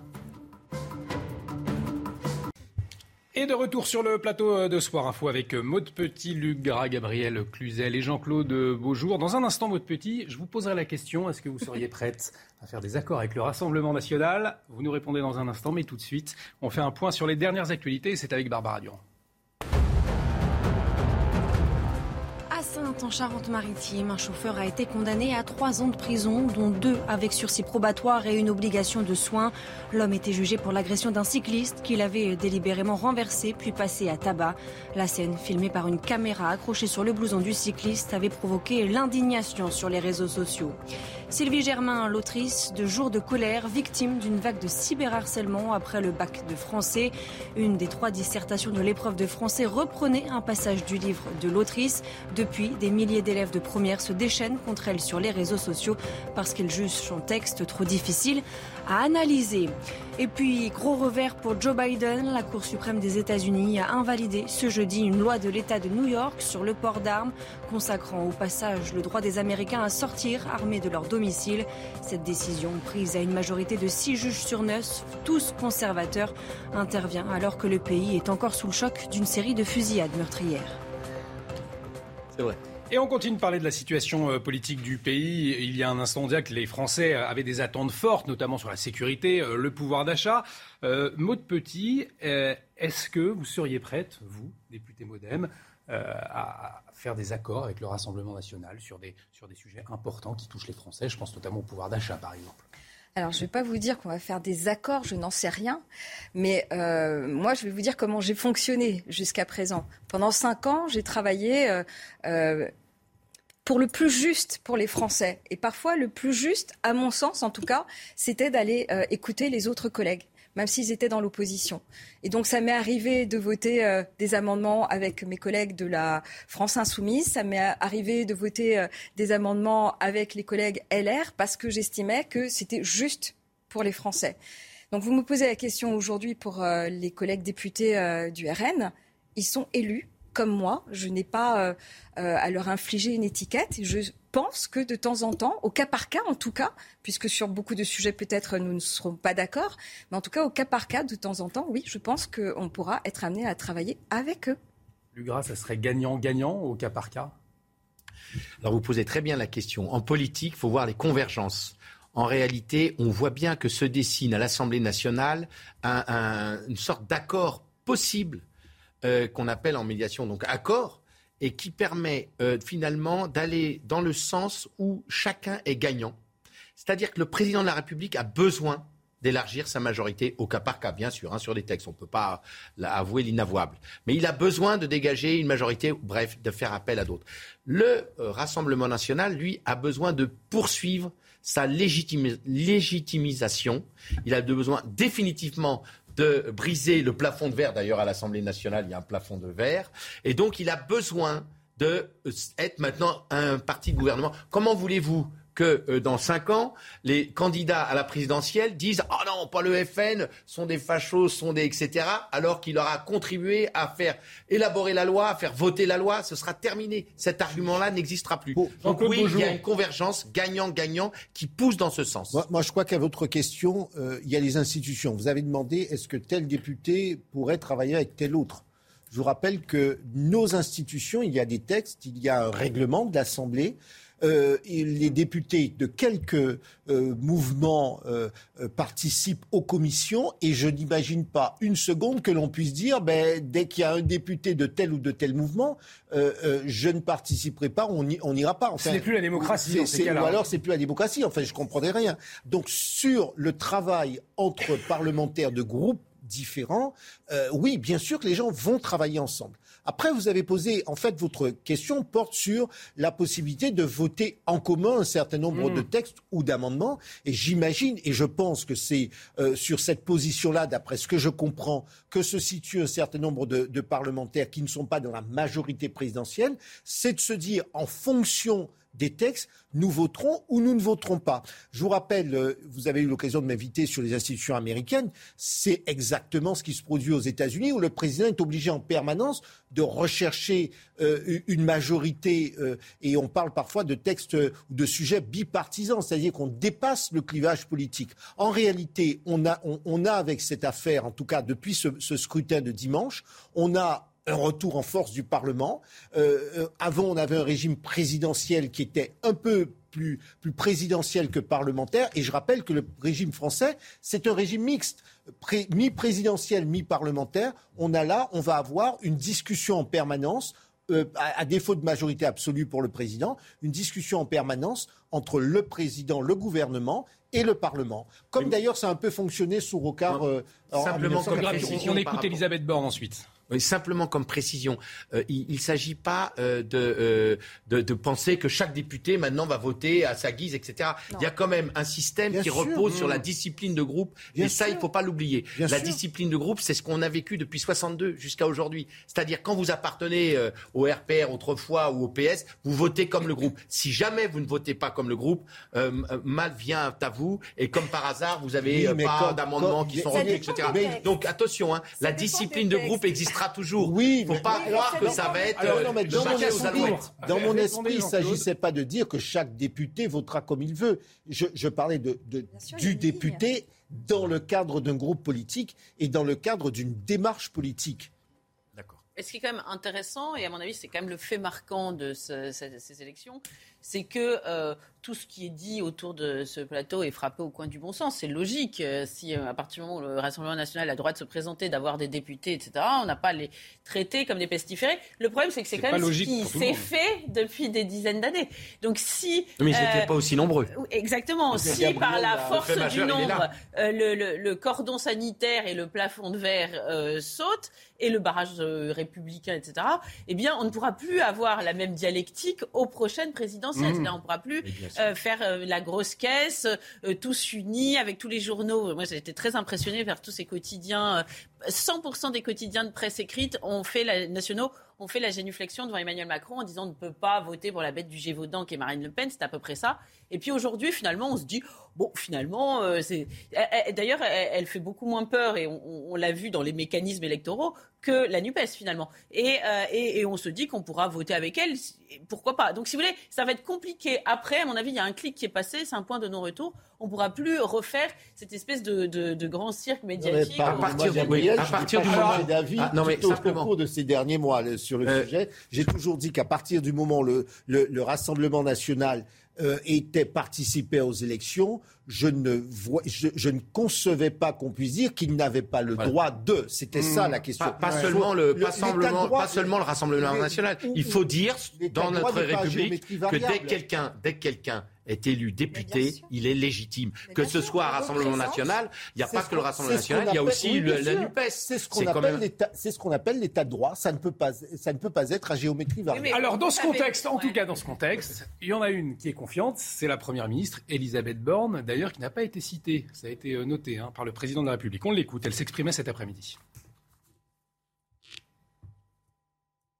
Et de retour sur le plateau de Soir Info avec Maude Petit, Luc Gras, Gabriel Cluzel et Jean-Claude Beaujour. Dans un instant, Maude Petit, je vous poserai la question, est-ce que vous seriez prête à faire des accords avec le Rassemblement national ? Vous nous répondez dans un instant, mais tout de suite, on fait un point sur les dernières actualités et c'est avec Barbara Durand. En Charente-Maritime, un chauffeur a été condamné à trois ans de prison, dont deux avec sursis probatoire et une obligation de soins. L'homme était jugé pour l'agression d'un cycliste qu'il avait délibérément renversé puis passé à tabac. La scène, filmée par une caméra accrochée sur le blouson du cycliste, avait provoqué l'indignation sur les réseaux sociaux. Sylvie Germain, l'autrice de Jours de colère, victime d'une vague de cyberharcèlement après le bac de français. Une des trois dissertations de l'épreuve de français reprenait un passage du livre de l'autrice. Depuis, des milliers d'élèves de première se déchaînent contre elle sur les réseaux sociaux parce qu'ils jugent son texte trop difficile à analyser. Et puis, gros revers pour Joe Biden. La Cour suprême des États-Unis a invalidé ce jeudi une loi de l'État de New York sur le port d'armes, consacrant au passage le droit des Américains à sortir armés de leur domicile. Cette décision, prise à une majorité de six juges sur neuf, tous conservateurs, intervient alors que le pays est encore sous le choc d'une série de fusillades meurtrières. C'est vrai. Et on continue de parler de la situation politique du pays. Il y a un instant, on disait que les Français avaient des attentes fortes, notamment sur la sécurité, le pouvoir d'achat. Euh, Maude Petit, euh, est-ce que vous seriez prête, vous, député MoDem, euh, à faire des accords avec le Rassemblement national sur des, sur des sujets importants qui touchent les Français ? Je pense notamment au pouvoir d'achat, par exemple. Alors, je ne vais pas vous dire qu'on va faire des accords, je n'en sais rien. Mais euh, moi, je vais vous dire comment j'ai fonctionné jusqu'à présent. Pendant cinq ans, j'ai travaillé euh, euh, pour le plus juste pour les Français. Et parfois, le plus juste, à mon sens en tout cas, c'était d'aller euh, écouter les autres collègues, même s'ils étaient dans l'opposition. Et donc, ça m'est arrivé de voter euh, des amendements avec mes collègues de la France Insoumise. Ça m'est arrivé de voter euh, des amendements avec les collègues L R parce que j'estimais que c'était juste pour les Français. Donc, vous me posez la question aujourd'hui pour euh, les collègues députés euh, du R N. Ils sont élus comme moi. Je n'ai pas euh, euh, à leur infliger une étiquette. Je pense que de temps en temps, au cas par cas en tout cas, puisque sur beaucoup de sujets peut-être nous ne serons pas d'accord, mais en tout cas au cas par cas, de temps en temps, oui, je pense qu'on pourra être amené à travailler avec eux. Luc Gras, ça serait gagnant-gagnant au cas par cas ? Alors vous posez très bien la question. En politique, il faut voir les convergences. En réalité, on voit bien que se dessine à l'Assemblée nationale un, un, une sorte d'accord possible euh, qu'on appelle en médiation donc accord, et qui permet euh, finalement d'aller dans le sens où chacun est gagnant. C'est-à-dire que le président de la République a besoin d'élargir sa majorité au cas par cas, bien sûr, hein, sur des textes. On ne peut pas avouer l'inavouable. Mais il a besoin de dégager une majorité, bref, de faire appel à d'autres. Le euh, Rassemblement national, lui, a besoin de poursuivre sa légitimi- légitimisation. Il a besoin définitivement de briser le plafond de verre. D'ailleurs, à l'Assemblée nationale, il y a un plafond de verre. Et donc, il a besoin d'être maintenant un parti de gouvernement. Comment voulez-vous que euh, dans cinq ans, les candidats à la présidentielle disent « Oh non, pas le F N, sont des fachos, sont des et cetera » alors qu'il leur a contribué à faire élaborer la loi, à faire voter la loi, ce sera terminé. Cet argument-là n'existera plus. Bon, donc oui, il y a une convergence gagnant-gagnant qui pousse dans ce sens. Moi, moi je crois qu'à votre question, euh, il y a les institutions. Vous avez demandé est-ce que tel député pourrait travailler avec tel autre ? Je vous rappelle que nos institutions, il y a des textes, il y a un règlement de l'Assemblée. Euh, et les députés de quelques euh, mouvements euh, euh, participent aux commissions et je n'imagine pas une seconde que l'on puisse dire ben, dès qu'il y a un député de tel ou de tel mouvement, euh, euh, je ne participerai pas, on n'ira pas. Enfin, ce n'est plus la démocratie. C'est, c'est, ou alors c'est plus la démocratie. Enfin, je ne comprenais rien. Donc sur le travail entre parlementaires de groupes différents, euh, oui, bien sûr que les gens vont travailler ensemble. Après, vous avez posé, en fait, votre question porte sur la possibilité de voter en commun un certain nombre mmh. de textes ou d'amendements. Et j'imagine, et je pense que c'est euh, sur cette position-là, d'après ce que je comprends, que se situe un certain nombre de, de parlementaires qui ne sont pas dans la majorité présidentielle, c'est de se dire, en fonction des textes, nous voterons ou nous ne voterons pas. Je vous rappelle, euh, vous avez eu l'occasion de m'inviter sur les institutions américaines, c'est exactement ce qui se produit aux États-Unis où le président est obligé en permanence de rechercher euh, une majorité euh, et on parle parfois de textes ou euh, de sujets bipartisans, c'est-à-dire qu'on dépasse le clivage politique. En réalité, on a, on, on a avec cette affaire, en tout cas depuis ce, ce scrutin de dimanche, on a un retour en force du Parlement. Euh, avant, on avait un régime présidentiel qui était un peu plus, plus présidentiel que parlementaire. Et je rappelle que le régime français, c'est un régime mixte, pré, mi-présidentiel, mi-parlementaire. On a là, on va avoir une discussion en permanence, euh, à, à défaut de majorité absolue pour le président, une discussion en permanence entre le président, le gouvernement et le Parlement. Comme d'ailleurs ça a un peu fonctionné sous Rocard. Euh, Simplement en comme on écoute Elisabeth Borne ensuite. Oui, simplement comme précision, euh, il ne s'agit pas euh, de, euh, de, de penser que chaque député maintenant va voter à sa guise, et cetera. Non. Il y a quand même un système Bien qui sûr, repose mmh. sur la discipline de groupe. Bien et ça, sûr. il ne faut pas l'oublier. Bien la sûr. discipline de groupe, c'est ce qu'on a vécu depuis soixante-deux jusqu'à aujourd'hui. C'est-à-dire quand vous appartenez euh, au R P R autrefois ou au P S, vous votez comme le groupe. Si jamais vous ne votez pas comme le groupe, euh, mal vient à vous et comme par hasard, vous n'avez oui, pas quand, d'amendements quand, qui sont retenus, et cetera. Mais, donc attention, hein, la discipline de groupe existera toujours. Oui, il ne faut pas oui, croire que ça va être alors, non, mais dans, mon esprit, dans mon esprit, il ne s'agissait pas de dire que chaque député votera comme il veut. Je, je parlais de, de, sûr, du député dans le cadre d'un groupe politique et dans le cadre d'une démarche politique. D'accord. Et ce qui est quand même intéressant, et à mon avis c'est quand même le fait marquant de ce, ces, ces élections, c'est que euh, tout ce qui est dit autour de ce plateau est frappé au coin du bon sens. C'est logique. Euh, si euh, à partir du moment où le Rassemblement national a le droit de se présenter, d'avoir des députés, et cetera, on n'a pas à les traiter comme des pestiférés. Le problème, c'est que c'est, c'est quand même ce qui s'est fait depuis des dizaines d'années. Donc si... Mais ils n'étaient euh, pas aussi nombreux. Exactement. Si Gabriel, par la force du majeur, nombre, euh, le, le, le cordon sanitaire et le plafond de verre euh, sautent, et le barrage euh, républicain, et cetera, eh bien, on ne pourra plus avoir la même dialectique aux prochaines présidentielles. Mmh. C'est-à-dire, on ne pourra plus euh, faire euh, la grosse caisse, euh, tous unis, avec tous les journaux. Moi, j'ai été très impressionnée vers tous ces quotidiens. Euh, cent pour cent des quotidiens de presse écrite ont fait la, nationaux ont fait la génuflexion devant Emmanuel Macron en disant on ne peut pas voter pour la bête du Gévaudan qui est Marine Le Pen. C'est à peu près ça. Et puis aujourd'hui, finalement, on se dit bon, finalement, euh, c'est. Elle, elle, d'ailleurs, elle, elle fait beaucoup moins peur et on, on l'a vu dans les mécanismes électoraux que la NUPES finalement. Et, euh, et, et on se dit qu'on pourra voter avec elle. Pourquoi pas ? Donc, si vous voulez, ça va être compliqué. Après, à mon avis, il y a un clic qui est passé. C'est un point de non-retour. On ne pourra plus refaire cette espèce de, de, de grand cirque médiatique. Non, à partir, moi, oui, à partir du moment d'avis, ah, non, mais tout au cours de ces derniers mois le, sur le euh, sujet, j'ai toujours dit qu'à partir du moment où le, le, le Rassemblement national euh, était participé aux élections, je ne, vois, je, je ne concevais pas qu'on puisse dire qu'il n'avait pas le voilà. droit de. C'était mmh. ça la question. Pas, pas, ouais. seulement, le, le, pas, seulement, droit, pas seulement le Rassemblement national. Il faut dire dans notre République que dès que quelqu'un, dès que quelqu'un est élu député, il est légitime. Mais que ce sûr, soit un Rassemblement national, il n'y a pas que le Rassemblement national, il y a aussi oui, le, la NUPES. C'est ce qu'on c'est appelle, même... c'est ce qu'on appelle l'état de droit. Ça ne peut pas, ça ne peut pas être à géométrie variable. Alors dans ce contexte, en tout cas dans ce contexte, il y en a une qui est confiante, c'est la Première ministre Elisabeth Borne, d'ailleurs qui n'a pas été citée. Ça a été noté hein, par le président de la République. On l'écoute, elle s'exprimait cet après-midi.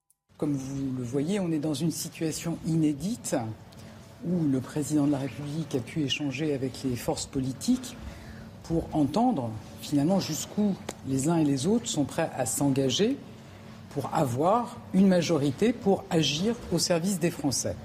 comme vous le voyez, on est dans une situation inédite où le président de la République a pu échanger avec les forces politiques pour entendre finalement jusqu'où les uns et les autres sont prêts à s'engager pour avoir une majorité pour agir au service des Français.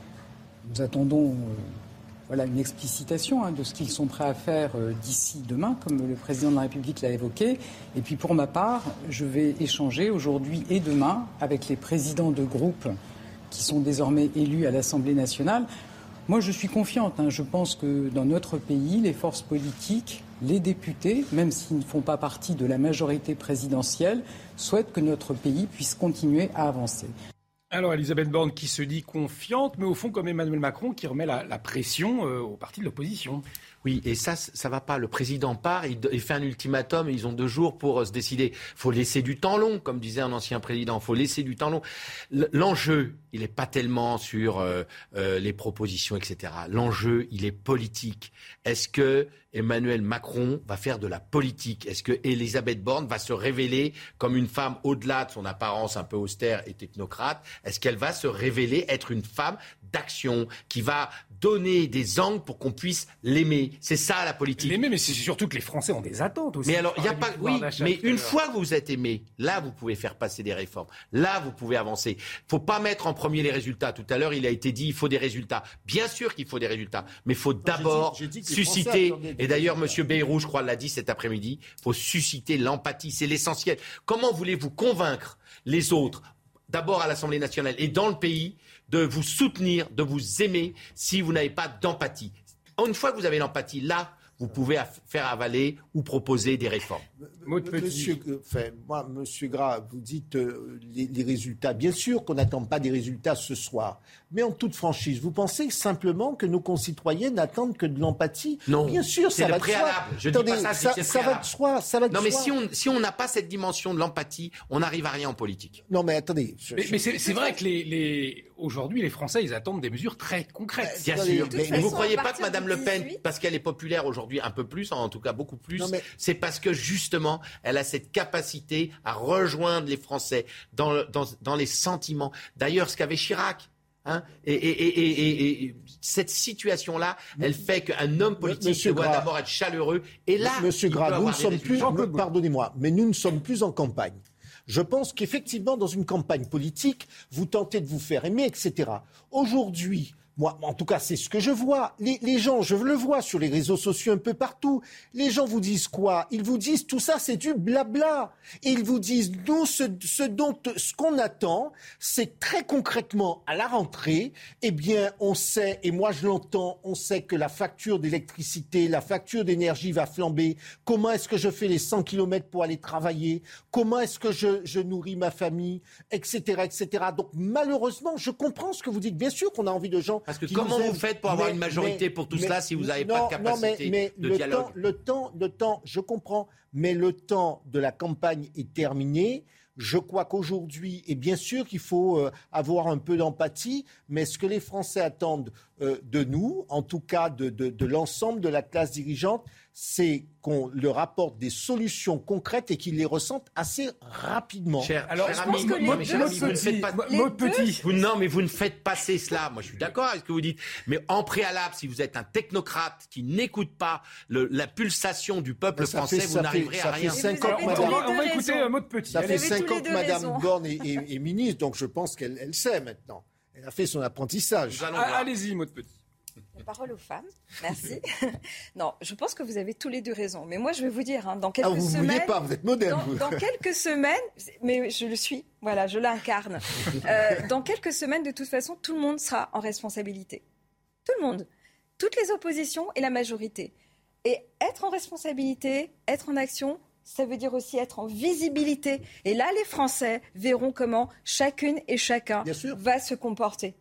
Nous attendons euh, voilà, une explicitation hein, de ce qu'ils sont prêts à faire euh, d'ici demain, comme le président de la République l'a évoqué. Et puis pour ma part, je vais échanger aujourd'hui et demain avec les présidents de groupes qui sont désormais élus à l'Assemblée nationale. Moi, je suis confiante. Hein. Je pense que dans notre pays, les forces politiques, les députés, même s'ils ne font pas partie de la majorité présidentielle, souhaitent que notre pays puisse continuer à avancer. Alors, Elisabeth Borne qui se dit confiante, mais au fond, comme Emmanuel Macron, qui remet la, la pression euh, au parti de l'opposition. Oui, et ça, ça va pas. Le président part, il, il fait un ultimatum, et ils ont deux jours pour euh, se décider. Faut laisser du temps long, comme disait un ancien président. Faut laisser du temps long. L'enjeu, il n'est pas tellement sur euh, euh, les propositions, et cetera. L'enjeu, il est politique. Est-ce que Emmanuel Macron va faire de la politique? Est-ce que Elisabeth Borne va se révéler comme une femme au-delà de son apparence un peu austère et technocrate? Est-ce qu'elle va se révéler être une femme d'action qui va donner des angles pour qu'on puisse l'aimer? C'est ça la politique. L'aimer, mais c'est surtout que les Français ont des attentes aussi. Mais alors, il y a pas, oui, mais une fois que vous êtes aimé, là, vous pouvez faire passer des réformes. Là, vous pouvez avancer. Faut pas mettre en premier les résultats. Tout à l'heure, il a été dit, il faut des résultats. Bien sûr qu'il faut des résultats, mais il faut d'abord susciter. Et d'ailleurs, M. Bayrou, je crois, l'a dit cet après-midi. Il faut susciter l'empathie. C'est l'essentiel. Comment voulez-vous convaincre les autres, d'abord à l'Assemblée nationale et dans le pays, de vous soutenir, de vous aimer, si vous n'avez pas d'empathie? Une fois que vous avez l'empathie, là, vous pouvez faire avaler ou proposer des réformes. Monsieur, enfin, moi, Monsieur Gras, vous dites euh, les, les résultats. Bien sûr qu'on n'attend pas des résultats ce soir. Mais en toute franchise, vous pensez simplement que nos concitoyens n'attendent que de l'empathie? Non, bien sûr, c'est ça le va préalable. de soi. Je Attendez, dis pas ça, ça, c'est ça va de soi. Ça va de non, mais soi. si on si on n'a pas cette dimension de l'empathie, on n'arrive à rien en politique. Non, mais attendez. Je, mais je... mais c'est, c'est vrai que les, les... aujourd'hui, les Français, ils attendent des mesures très concrètes. Bien attendez, sûr. mais, Mais vous ne croyez pas que Madame Mme Le Pen, parce qu'elle est populaire aujourd'hui un peu plus, en tout cas beaucoup plus, non, mais... c'est parce que justement, elle a cette capacité à rejoindre les Français dans, le, dans, dans les sentiments. D'ailleurs, ce qu'avait Chirac. Hein et, et, et, et, et cette situation-là, elle fait qu'un homme politique doit Gras, d'abord être chaleureux. Et là, Monsieur Gras, nous ne sommes plus. Pardonnez-moi, mais nous ne sommes plus en campagne. Je pense qu'effectivement, dans une campagne politique, vous tentez de vous faire aimer, et cetera. Aujourd'hui, moi, en tout cas, c'est ce que je vois. Les, les gens, je le vois sur les réseaux sociaux un peu partout. Les gens vous disent quoi? Ils vous disent tout ça, c'est du blabla. Et ils vous disent, nous, ce, ce dont, ce qu'on attend, c'est très concrètement à la rentrée, eh bien, on sait, et moi je l'entends, on sait que la facture d'électricité, la facture d'énergie va flamber. Comment est-ce que je fais les cent kilomètres pour aller travailler? Comment est-ce que je, je nourris ma famille, et cetera, et cetera. Donc, malheureusement, je comprends ce que vous dites. Bien sûr qu'on a envie de gens. Parce que comment vous, vous faites pour avoir mais, une majorité mais, pour tout mais, cela si vous n'avez non, pas de capacité non, mais, mais de le dialogue? Temps, le temps, le temps, je comprends, mais le temps de la campagne est terminé. Je crois qu'aujourd'hui, et bien sûr qu'il faut euh, avoir un peu d'empathie, mais ce que les Français attendent euh, de nous, en tout cas de, de, de l'ensemble de la classe dirigeante, c'est qu'on leur apporte des solutions concrètes et qu'ils les ressentent assez rapidement. Cher, alors, cher je ami, pense que moi, les cher deux ami, vous ne faites pas... Maud Petit. Vous, non, mais vous ne faites passer cela. Moi, je suis d'accord avec ce que vous dites. Mais en préalable, si vous êtes un technocrate qui n'écoute pas le, la pulsation du peuple ça français, fait, vous n'arriverez fait, à rien. Ça fait cinq ans que Madame... Madame... On va écouter Maud Petit. Ça Allez, fait cinq ans que Mme Borne est, est, est ministre, donc je pense qu'elle elle sait maintenant. Elle a fait son apprentissage. Ah, allez-y, Maud Petit. La parole aux femmes. Merci. Non, je pense que vous avez tous les deux raison. Mais moi, je vais vous dire, hein, dans quelques ah, vous semaines... Vous ne pas, vous êtes moderne. Dans, vous. dans quelques semaines, mais je le suis, voilà, je l'incarne. Euh, dans quelques semaines, de toute façon, tout le monde sera en responsabilité. Tout le monde. Toutes les oppositions et la majorité. Et être en responsabilité, être en action, ça veut dire aussi être en visibilité. Et là, les Français verront comment chacune et chacun va se comporter.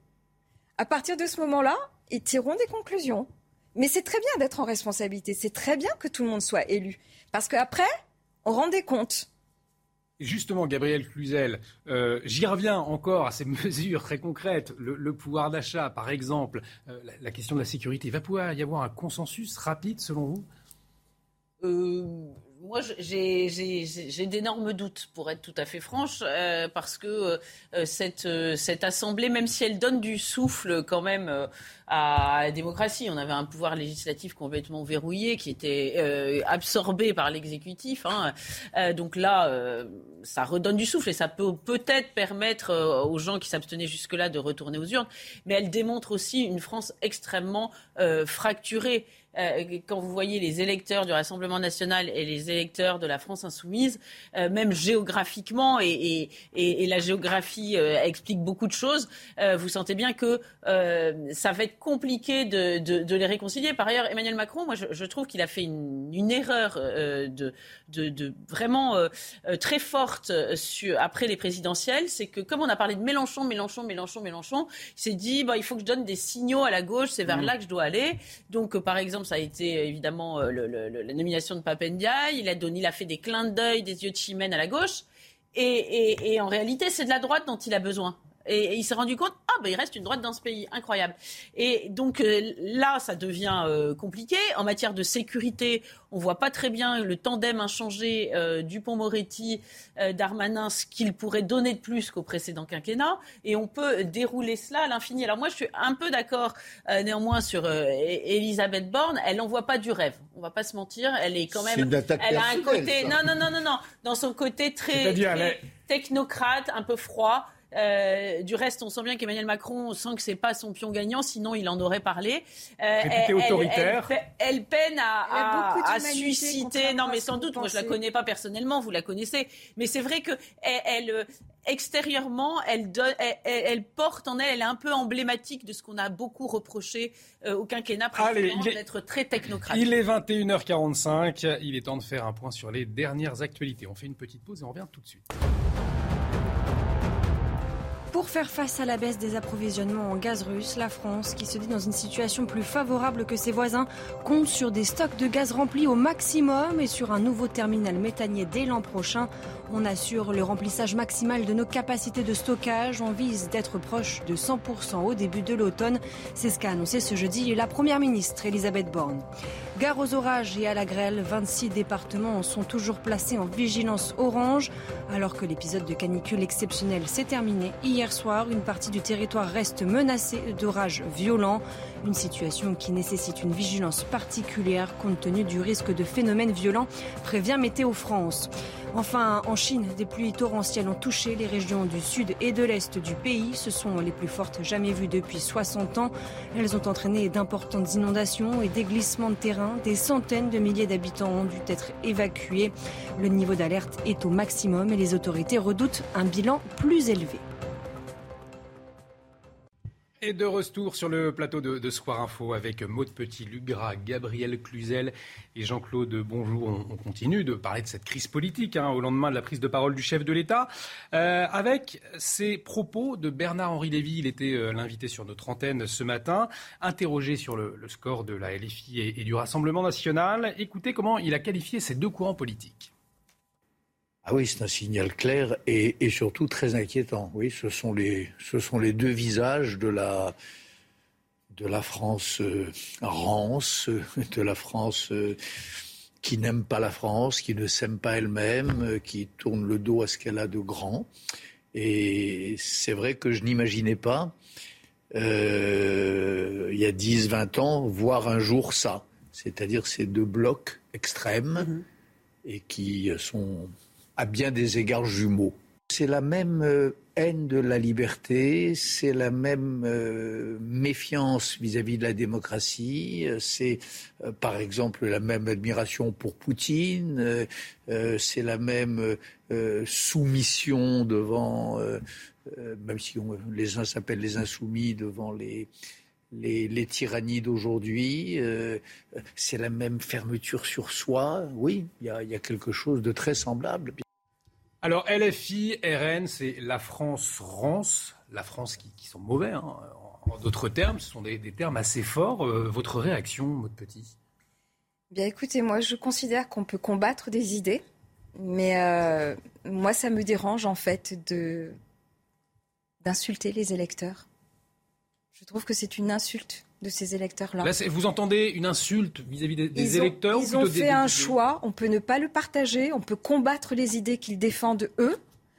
À partir de ce moment-là, ils tireront des conclusions. Mais c'est très bien d'être en responsabilité. C'est très bien que tout le monde soit élu. Parce qu'après, on rend des comptes. Justement, Gabriel Cluzel, euh, j'y reviens encore à ces mesures très concrètes. Le, le pouvoir d'achat, par exemple, euh, la, la question de la sécurité. Il va pouvoir y avoir un consensus rapide, selon vous ? euh, Moi, j'ai, j'ai, j'ai d'énormes doutes, pour être tout à fait franche, euh, parce que euh, cette, euh, cette Assemblée, même si elle donne du souffle quand même euh, à la démocratie, on avait un pouvoir législatif complètement verrouillé, qui était euh, absorbé par l'exécutif. Hein. Euh, donc là, euh, ça redonne du souffle et ça peut peut-être permettre euh, aux gens qui s'abstenaient jusque-là de retourner aux urnes. Mais elle démontre aussi une France extrêmement euh, fracturée. Euh, quand vous voyez les électeurs du Rassemblement national et les électeurs de la France insoumise, euh, même géographiquement, et, et, et, et la géographie euh, explique beaucoup de choses, euh, vous sentez bien que euh, ça va être compliqué de, de, de les réconcilier. Par ailleurs, Emmanuel Macron, moi je, je trouve qu'il a fait une, une erreur euh, de, de, de vraiment euh, très forte sur, après les présidentielles. C'est que comme on a parlé de Mélenchon, Mélenchon, Mélenchon, Mélenchon, il s'est dit bah, il faut que je donne des signaux à la gauche, c'est vers mmh. là que je dois aller. Donc euh, par exemple, ça a été évidemment le, le, le, la nomination de Pape Ndiaye. Il a donné, il a fait des clins d'œil, des yeux de chimène à la gauche. Et, et, et en réalité, c'est de la droite dont il a besoin. Et, et il s'est rendu compte, ah ben il reste une droite dans ce pays, incroyable. Et donc euh, là, ça devient euh, compliqué. En matière de sécurité, on voit pas très bien le tandem inchangé euh, Dupond-Moretti, euh, Darmanin, ce qu'il pourrait donner de plus qu'au précédent quinquennat. Et on peut dérouler cela à l'infini. Alors moi, je suis un peu d'accord euh, néanmoins sur euh, Elisabeth Borne. Elle n'envoie pas du rêve. On va pas se mentir. Elle est quand même. C'est une attaque elle a un côté. Ça. Non, non, non, non, non. Dans son côté très, très est... technocrate, un peu froid. Euh, du reste, on sent bien qu'Emmanuel Macron sent que c'est pas son pion gagnant, sinon il en aurait parlé. Euh, elle, autoritaire. Elle, elle, elle peine à, à, à susciter. Non, mais sans doute. Moi, je la connais pas personnellement. Vous la connaissez. Mais c'est vrai que elle, elle extérieurement, elle, donne, elle, elle, elle porte en elle. Elle est un peu emblématique de ce qu'on a beaucoup reproché euh, au quinquennat précédent, d'être très technocrate. Il est vingt et une heures quarante-cinq. Il est temps de faire un point sur les dernières actualités. On fait une petite pause et on revient tout de suite. Pour faire face à la baisse des approvisionnements en gaz russe, la France, qui se dit dans une situation plus favorable que ses voisins, compte sur des stocks de gaz remplis au maximum et sur un nouveau terminal méthanier dès l'an prochain. On assure le remplissage maximal de nos capacités de stockage. On vise d'être proche de cent pour cent au début de l'automne. C'est ce qu'a annoncé ce jeudi la Première ministre Elisabeth Borne. Gare aux orages et à la grêle, vingt-six départements sont toujours placés en vigilance orange. Alors que l'épisode de canicule exceptionnel s'est terminé hier soir, une partie du territoire reste menacée d'orages violents. Une situation qui nécessite une vigilance particulière compte tenu du risque de phénomènes violents, prévient Météo France. Enfin, en Chine, des pluies torrentielles ont touché les régions du sud et de l'est du pays. Ce sont les plus fortes jamais vues depuis soixante ans. Elles ont entraîné d'importantes inondations et des glissements de terrain. Des centaines de milliers d'habitants ont dû être évacués. Le niveau d'alerte est au maximum et les autorités redoutent un bilan plus élevé. Et de retour sur le plateau de, de Soir Info avec Maud Petit-Lugras, Gabriel Cluzel et Jean-Claude Bonjour. On, on continue de parler de cette crise politique hein, au lendemain de la prise de parole du chef de l'État. Euh, avec ces propos de Bernard-Henri Lévy, il était euh, l'invité sur notre antenne ce matin, interrogé sur le, le score de la L F I et, et du Rassemblement national. Écoutez comment il a qualifié ces deux courants politiques. Ah oui, c'est un signal clair et, et surtout très inquiétant. Oui, ce sont les, ce sont les deux visages de la, de la France euh, rance, de la France euh, qui n'aime pas la France, qui ne s'aime pas elle-même, euh, qui tourne le dos à ce qu'elle a de grand. Et c'est vrai que je n'imaginais pas, euh, il y a dix, vingt ans, voir un jour ça. C'est-à-dire ces deux blocs extrêmes mmh. et qui sont à bien des égards jumeaux. C'est la même euh, haine de la liberté, c'est la même euh, méfiance vis-à-vis de la démocratie, c'est euh, par exemple la même admiration pour Poutine, euh, euh, c'est la même euh, soumission devant, euh, euh, même si on, les uns s'appellent les insoumis, devant les... Les, les tyrannies d'aujourd'hui, euh, c'est la même fermeture sur soi. Oui, il y a, y a quelque chose de très semblable. Alors L F I, R N, c'est la France rance, la France qui, qui sont mauvais. Hein. En d'autres termes, ce sont des, des termes assez forts. Euh, votre réaction, Maud Petit ? Bien, écoutez, moi, je considère qu'on peut combattre des idées, mais euh, moi, ça me dérange en fait de d'insulter les électeurs. Je trouve que c'est une insulte de ces électeurs-là. Là, vous entendez une insulte vis-à-vis des, des ils ont, électeurs Ils ont fait des, un des... choix, on peut ne pas le partager, on peut combattre les idées qu'ils défendent eux,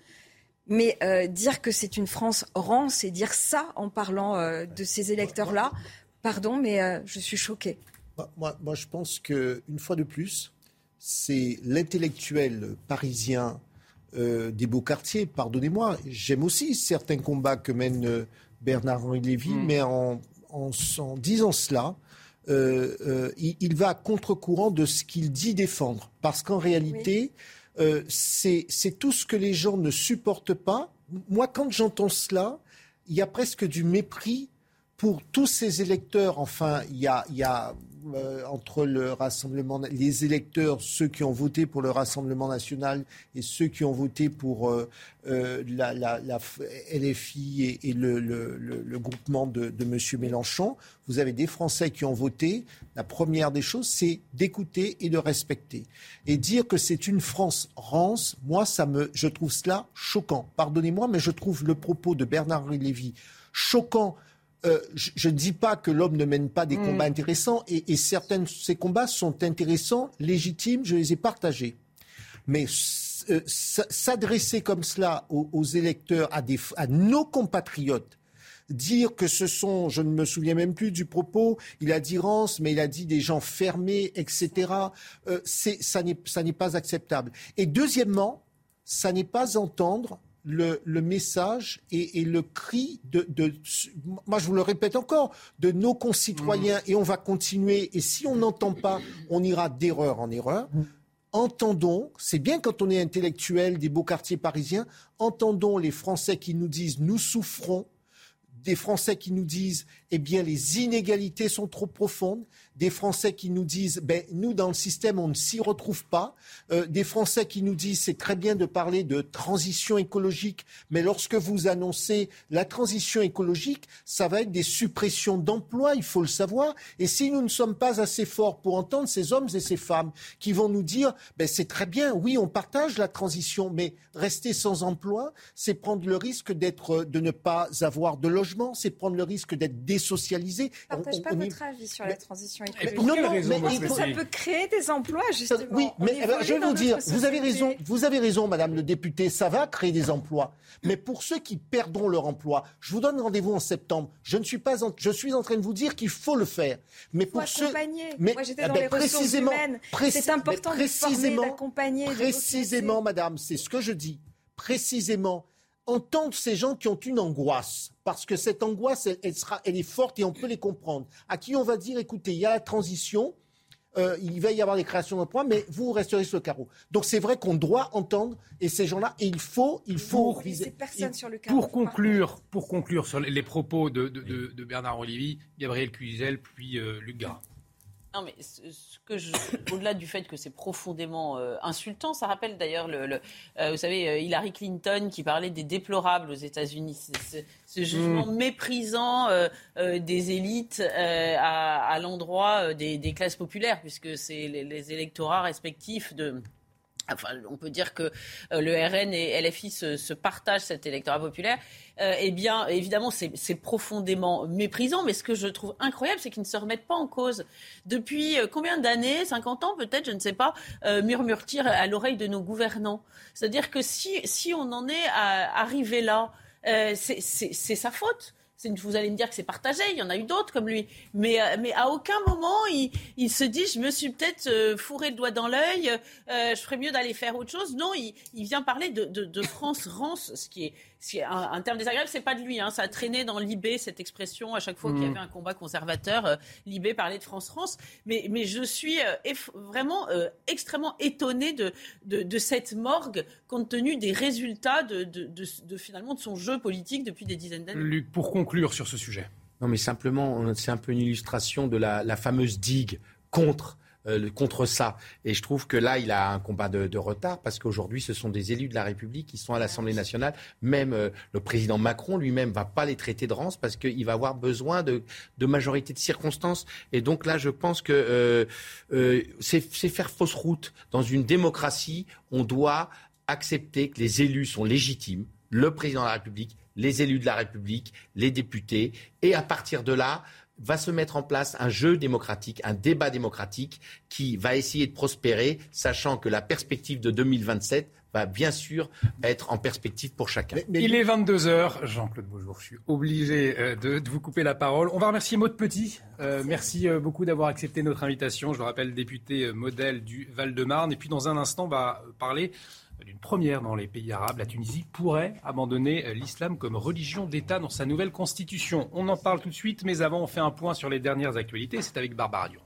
mais euh, dire que c'est une France rance et dire ça en parlant euh, de ces électeurs-là, pardon, mais euh, je suis choquée. Moi, moi, je pense qu'une fois de plus, c'est l'intellectuel parisien euh, des beaux quartiers, pardonnez-moi, j'aime aussi certains combats que mène euh, Bernard-Henri Lévy, mmh. mais en... En, en disant cela, euh, euh, il, il va à contre-courant de ce qu'il dit défendre. Parce qu'en réalité, oui. euh, c'est, c'est tout ce que les gens ne supportent pas. Moi, quand j'entends cela, il y a presque du mépris pour tous ces électeurs. Enfin, il y a, il y a euh, entre le Rassemblement, les électeurs, ceux qui ont voté pour le Rassemblement national et ceux qui ont voté pour euh, euh, la, la, la L F I et, et le, le, le, le groupement de, de M. Mélenchon. Vous avez des Français qui ont voté. La première des choses, c'est d'écouter et de respecter. Et dire que c'est une France rance, moi, ça me, je trouve cela choquant. Pardonnez-moi, mais je trouve le propos de Bernard-Henri Lévy choquant. Euh, je ne dis pas que l'homme ne mène pas des mmh. combats intéressants, et, et certains de ces combats sont intéressants, légitimes, je les ai partagés. Mais euh, s'adresser comme cela aux, aux électeurs, à, des, à nos compatriotes, dire que ce sont, je ne me souviens même plus du propos, il a dit rance, mais il a dit des gens fermés, et cetera, euh, c'est, ça, n'est, ça n'est pas acceptable. Et deuxièmement, ça n'est pas entendre Le, le message et, et le cri de, de, moi je vous le répète encore, de nos concitoyens, mmh. et on va continuer, et si on n'entend pas, on ira d'erreur en erreur. Mmh. Entendons, c'est bien quand on est intellectuel des beaux quartiers parisiens, entendons les Français qui nous disent nous souffrons, des Français qui nous disent eh bien les inégalités sont trop profondes, des Français qui nous disent ben nous dans le système on ne s'y retrouve pas, euh, des Français qui nous disent c'est très bien de parler de transition écologique, mais lorsque vous annoncez la transition écologique, ça va être des suppressions d'emplois, il faut le savoir, et si nous ne sommes pas assez forts pour entendre ces hommes et ces femmes qui vont nous dire ben c'est très bien, oui on partage la transition, mais rester sans emploi, c'est prendre le risque d'être, de ne pas avoir de logement, c'est prendre le risque d'être désocialisé. Je ne partage on, pas on votre est... avis sur mais... la transition écologique. Non, non, mais, mais, mais ça peut créer des emplois, justement. Oui, mais eh ben, je vais vous dire, vous avez raison, vous avez raison, Madame le député, ça va créer des emplois. Mais pour ceux qui perdront leur emploi, je vous donne rendez-vous en septembre. Je ne suis pas, en... je suis en train de vous dire qu'il faut le faire. Mais pour ceux, mais moi j'étais dans eh ben, les ressources humaines. Précis... C'est important de former, d'accompagner. Précisément, Madame, c'est ce que je dis. Précisément. Entendre ces gens qui ont une angoisse, parce que cette angoisse, elle, elle, sera, elle est forte et on peut les comprendre. À qui on va dire, écoutez, il y a la transition, euh, il va y avoir des créations d'emplois, mais vous resterez sur le carreau. Donc c'est vrai qu'on doit entendre et ces gens-là, et il faut, il faut pour, viser. Personne sur le carreau, pour conclure, pour conclure sur les propos de, de, de, de Bernard Lévy, Gabriel Cluzel, puis euh, Luc Gara. Non, mais ce que je, au-delà du fait que c'est profondément euh, insultant, ça rappelle d'ailleurs, le, le, euh, vous savez, euh, Hillary Clinton qui parlait des déplorables aux États-Unis, ce, ce jugement mmh. méprisant euh, euh, des élites euh, à, à l'endroit des, des classes populaires, puisque c'est les, les électorats respectifs de... Enfin, on peut dire que euh, le R N et L F I se, se partagent cet électorat populaire. Euh, eh bien, évidemment, c'est, c'est profondément méprisant. Mais ce que je trouve incroyable, c'est qu'ils ne se remettent pas en cause. Depuis euh, combien d'années, cinquante ans peut-être, je ne sais pas, euh, murmure-t-il à l'oreille de nos gouvernants. C'est-à-dire que si, si on en est à, arrivé là, euh, c'est, c'est, c'est sa faute. Vous allez me dire que c'est partagé, il y en a eu d'autres comme lui. Mais, mais à aucun moment, il, il se dit « je me suis peut-être euh, fourré le doigt dans l'œil, euh, je ferais mieux d'aller faire autre chose ». Non, il, il vient parler de, de, de France rance, ce qui est, ce qui est un, un terme désagréable. C'est pas de lui, hein, ça a traîné dans l'I B, cette expression, à chaque fois mmh. qu'il y avait un combat conservateur, euh, l'I B parlait de France rance. Mais, mais je suis euh, eff- vraiment euh, extrêmement étonnée de, de, de cette morgue, compte tenu des résultats de, de, de, de, finalement, de son jeu politique depuis des dizaines d'années. Luc, pour conclure sur ce sujet. Non, mais simplement, c'est un peu une illustration de la, la fameuse digue contre, euh, contre ça. Et je trouve que là, il a un combat de, de retard parce qu'aujourd'hui, ce sont des élus de la République qui sont à l'Assemblée nationale. Même euh, le président Macron lui-même ne va pas les traiter de rance parce qu'il va avoir besoin de, de majorité de circonstances. Et donc là, je pense que euh, euh, c'est, c'est faire fausse route. Dans une démocratie, on doit accepter que les élus sont légitimes. Le président de la République, les élus de la République, les députés, et à partir de là, va se mettre en place un jeu démocratique, un débat démocratique qui va essayer de prospérer, sachant que la perspective de deux mille vingt-sept va bien sûr être en perspective pour chacun. Mais, mais... Il est vingt-deux heures. Jean-Claude Beaujour, je suis obligé euh, de, de vous couper la parole. On va remercier Maud Petit. Euh, merci euh, beaucoup d'avoir accepté notre invitation. Je le rappelle, député euh, modèle du Val-de-Marne. Et puis dans un instant, on va parler d'une première dans les pays arabes. La Tunisie pourrait abandonner euh, l'islam comme religion d'État dans sa nouvelle constitution. On en parle tout de suite, mais avant, on fait un point sur les dernières actualités. C'est avec Barbara Durand.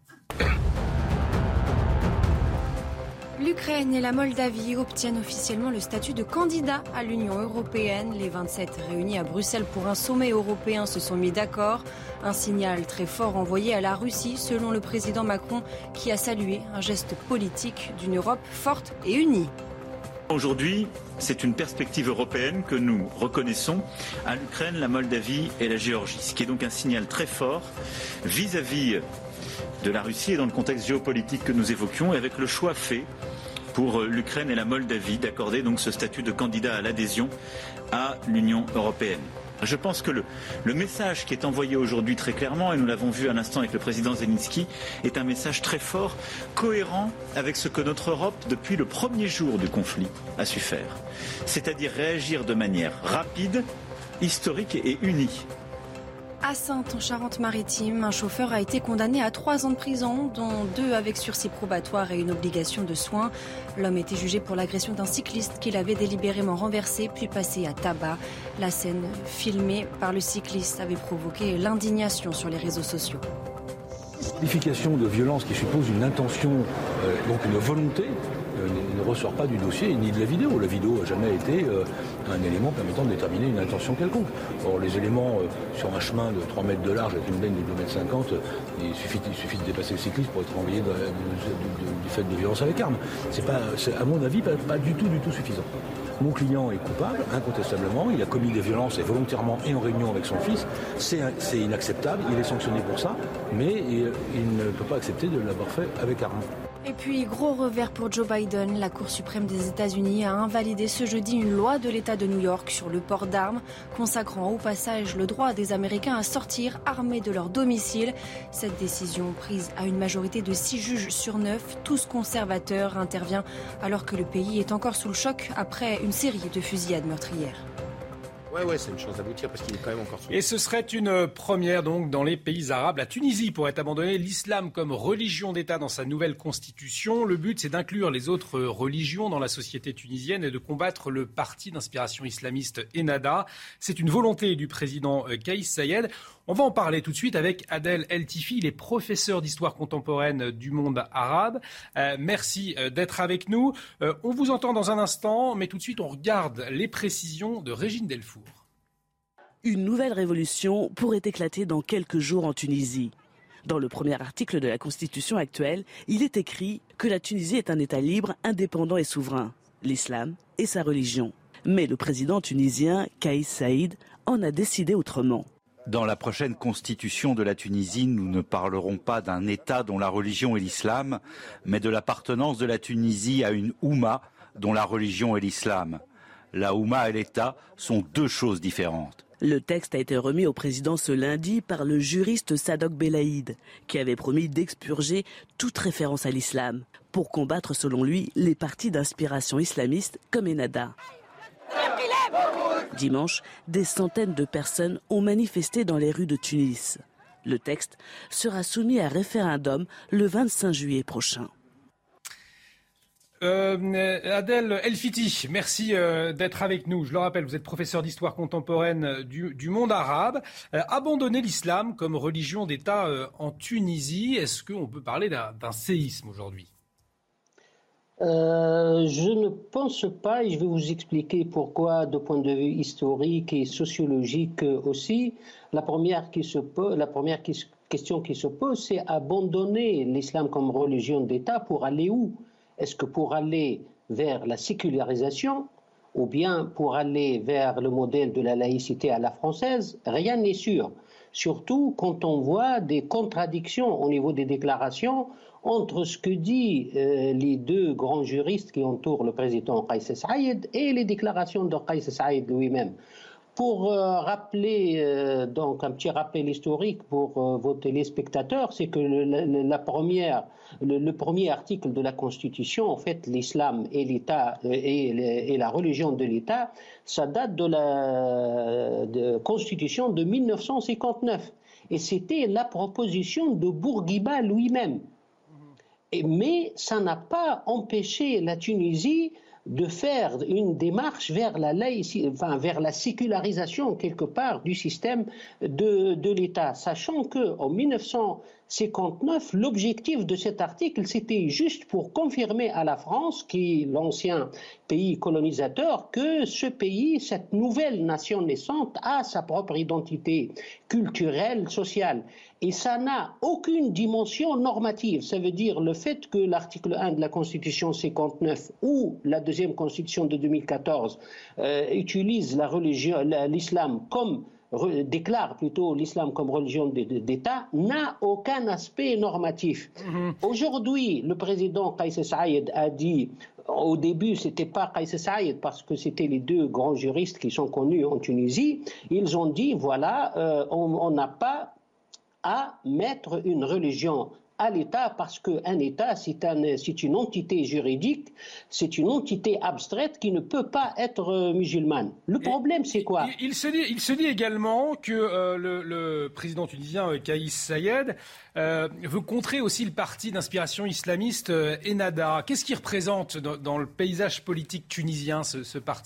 L'Ukraine et la Moldavie obtiennent officiellement le statut de candidat à l'Union européenne. Les vingt-sept réunis à Bruxelles pour un sommet européen se sont mis d'accord. Un signal très fort envoyé à la Russie, selon le président Macron, qui a salué un geste politique d'une Europe forte et unie. Aujourd'hui, c'est une perspective européenne que nous reconnaissons à l'Ukraine, la Moldavie et la Géorgie, ce qui est donc un signal très fort vis-à-vis de la Russie et dans le contexte géopolitique que nous évoquions, et avec le choix fait pour l'Ukraine et la Moldavie d'accorder donc ce statut de candidat à l'adhésion à l'Union européenne. Je pense que le, le message qui est envoyé aujourd'hui très clairement, et nous l'avons vu à l'instant avec le président Zelensky, est un message très fort, cohérent avec ce que notre Europe, depuis le premier jour du conflit, a su faire. C'est-à-dire réagir de manière rapide, historique et unie. À Saintes, en Charente-Maritime, un chauffeur a été condamné à trois ans de prison, dont deux avec sursis probatoire et une obligation de soins. L'homme était jugé pour l'agression d'un cycliste qu'il avait délibérément renversé puis passé à tabac. La scène filmée par le cycliste avait provoqué l'indignation sur les réseaux sociaux. Qualification de violence qui suppose une intention, euh, donc une volonté, euh, ne ressort pas du dossier ni de la vidéo. La vidéo n'a jamais été euh, un élément permettant de déterminer une intention quelconque. Or, les éléments euh, sur un chemin de trois mètres de large avec une baigne de deux mètres cinquante, euh, il, suffit, il suffit de dépasser le cycliste pour être envoyé de, de, de, de, du fait de violence avec arme. C'est pas, c'est, à mon avis, pas, pas du tout, du tout suffisant. Mon client est coupable, incontestablement. Il a commis des violences et volontairement et en réunion avec son fils. C'est, c'est inacceptable. Il est sanctionné pour ça. Mais il, il ne peut pas accepter de l'avoir fait avec arme. Et puis, gros revers pour Joe Biden. La Cour suprême des États-Unis a invalidé ce jeudi une loi de l'État de New York sur le port d'armes, consacrant au passage le droit des Américains à sortir armés de leur domicile. Cette décision, prise à une majorité de six juges sur neuf, tous conservateurs, intervient alors que le pays est encore sous le choc après une série de fusillades meurtrières. Ouais, ouais, c'est une chance d'aboutir parce qu'il est quand même encore sous. Et ce serait une première donc dans les pays arabes. La Tunisie pourrait abandonner l'islam comme religion d'État dans sa nouvelle constitution. Le but, c'est d'inclure les autres religions dans la société tunisienne et de combattre le parti d'inspiration islamiste Ennahda. C'est une volonté du président Kais Saied. On va en parler tout de suite avec Adel El-Tifi. Il est professeur d'histoire contemporaine du monde arabe. Euh, merci d'être avec nous. Euh, on vous entend dans un instant, mais tout de suite, on regarde les précisions de Régine Delfour. Une nouvelle révolution pourrait éclater dans quelques jours en Tunisie. Dans le premier article de la Constitution actuelle, il est écrit que la Tunisie est un État libre, indépendant et souverain. L'islam est sa religion. Mais le président tunisien, Kais Saied, en a décidé autrement. Dans la prochaine constitution de la Tunisie, nous ne parlerons pas d'un État dont la religion est l'islam, mais de l'appartenance de la Tunisie à une Oumma dont la religion est l'islam. La Oumma et l'État sont deux choses différentes. Le texte a été remis au président ce lundi par le juriste Sadok Belaïd, qui avait promis d'expurger toute référence à l'islam, pour combattre selon lui les partis d'inspiration islamiste comme Ennahda. Dimanche, des centaines de personnes ont manifesté dans les rues de Tunis. Le texte sera soumis à référendum le vingt-cinq juillet prochain. Euh, Adel El-Fiti, merci euh, d'être avec nous. Je le rappelle, vous êtes professeur d'histoire contemporaine du, du monde arabe. Euh, abandonner l'islam comme religion d'État euh, en Tunisie, est-ce qu'on peut parler d'un, d'un séisme aujourd'hui ? Euh, je ne pense pas, et je vais vous expliquer pourquoi, de point de vue historique et sociologique aussi. La première, qui se pose, la première qui, question qui se pose, c'est abandonner l'islam comme religion d'État pour aller où ? Est-ce que pour aller vers la sécularisation ou bien pour aller vers le modèle de la laïcité à la française ? Rien n'est sûr. Surtout quand on voit des contradictions au niveau des déclarations entre ce que disent euh, les deux grands juristes qui entourent le président Kais Saied et les déclarations de Kais Saied lui-même. Pour euh, rappeler, euh, donc un petit rappel historique pour euh, vos téléspectateurs, c'est que le, la, la première, le, le premier article de la Constitution, en fait, l'islam et l'État euh, et, et la religion de l'État, ça date de la de Constitution de mille neuf cent cinquante-neuf. Et c'était la proposition de Bourguiba lui-même. Et, mais ça n'a pas empêché la Tunisie de faire une démarche vers la laïcité, enfin vers la sécularisation quelque part du système de, de l'État, sachant que en mille neuf cent cinquante-neuf, l'objectif de cet article, c'était juste pour confirmer à la France, qui est l'ancien pays colonisateur, que ce pays, cette nouvelle nation naissante, a sa propre identité culturelle, sociale. Et ça n'a aucune dimension normative. Ça veut dire le fait que l'article un de la Constitution cinquante-neuf ou la deuxième Constitution de deux mille quatorze euh, utilise la religion, l'islam comme déclare plutôt l'islam comme religion d'État, n'a aucun aspect normatif. Mmh. Aujourd'hui, le président Kais Saïed a dit, au début, c'était pas Kais Saïed parce que c'était les deux grands juristes qui sont connus en Tunisie, ils ont dit, voilà, euh, on n'a pas à mettre une religion à l'État parce qu'un État, c'est un, c'est une entité juridique, c'est une entité abstraite qui ne peut pas être euh, musulmane. Le problème, c'est quoi ? il, il, se dit, il se dit également que euh, le, le président tunisien euh, Kais Saïed euh, veut contrer aussi le parti d'inspiration islamiste euh, Ennahda. Qu'est-ce qu'il représente dans, dans le paysage politique tunisien, ce, ce parti ?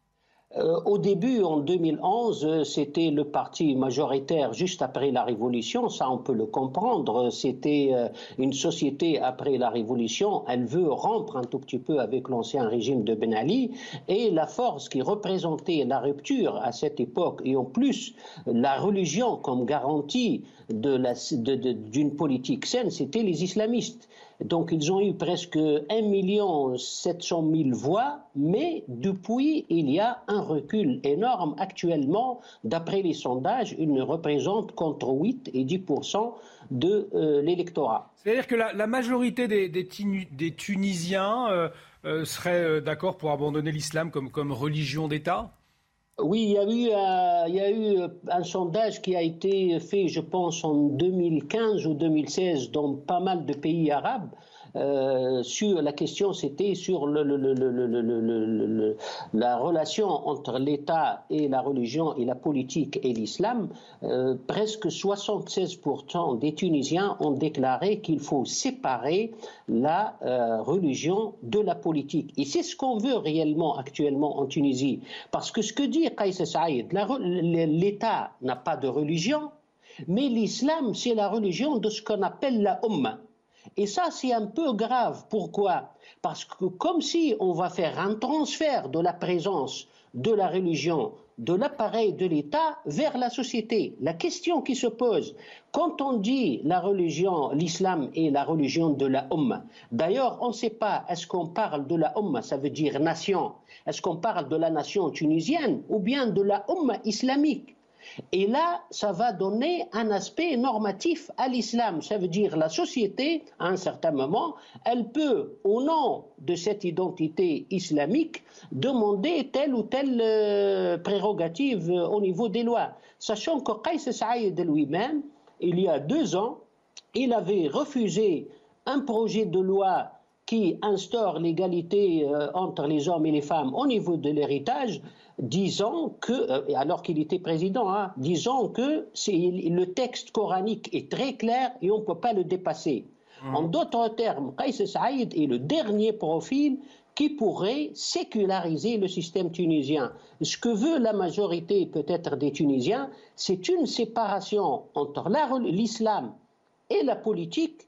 Euh, au début, en deux mille onze, euh, c'était le parti majoritaire juste après la Révolution, ça on peut le comprendre, c'était euh, une société après la Révolution, elle veut rompre un tout petit peu avec l'ancien régime de Ben Ali, et la force qui représentait la rupture à cette époque, et en plus la religion comme garantie de la, de, de, d'une politique saine, c'était les islamistes. Donc ils ont eu presque un million sept cent mille voix, mais depuis il y a un recul énorme. Actuellement, d'après les sondages, ils ne représentent qu'entre huit et dix pour cent de euh, l'électorat. C'est-à-dire que la, la majorité des, des, des Tunisiens euh, euh, seraient euh, d'accord pour abandonner l'islam comme, comme religion d'État ? Oui, il y a eu, euh, il y a eu un sondage qui a été fait, je pense, en deux mille quinze ou deux mille seize dans pas mal de pays arabes. Euh, sur la question, c'était sur le, le, le, le, le, le, le, la relation entre l'État et la religion et la politique et l'islam. Euh, presque soixante-seize pour cent des Tunisiens ont déclaré qu'il faut séparer la euh, religion de la politique. Et c'est ce qu'on veut réellement actuellement en Tunisie. Parce que ce que dit Kais Saïed, l'État n'a pas de religion, mais l'islam, c'est la religion de ce qu'on appelle la Ummah. Et ça, c'est un peu grave. Pourquoi ? Parce que comme si on va faire un transfert de la présence de la religion, de l'appareil de l'État vers la société. La question qui se pose, quand on dit la religion, l'islam est la religion de la Ummah, d'ailleurs, on ne sait pas, est-ce qu'on parle de la Ummah, ça veut dire nation, est-ce qu'on parle de la nation tunisienne ou bien de la Ummah islamique ? Et là, ça va donner un aspect normatif à l'islam. Ça veut dire la société, à un certain moment, elle peut, au nom de cette identité islamique, demander telle ou telle euh, prérogative euh, au niveau des lois. Sachant que Kais Saïed lui-même, il y a deux ans, il avait refusé un projet de loi qui instaure l'égalité euh, entre les hommes et les femmes au niveau de l'héritage, disant que, euh, alors qu'il était président, hein, disant que c'est, le texte coranique est très clair et on ne peut pas le dépasser. Mmh. En d'autres termes, Kais Saïed est le dernier profil qui pourrait séculariser le système tunisien. Ce que veut la majorité peut-être des Tunisiens, c'est une séparation entre la, l'islam et la politique,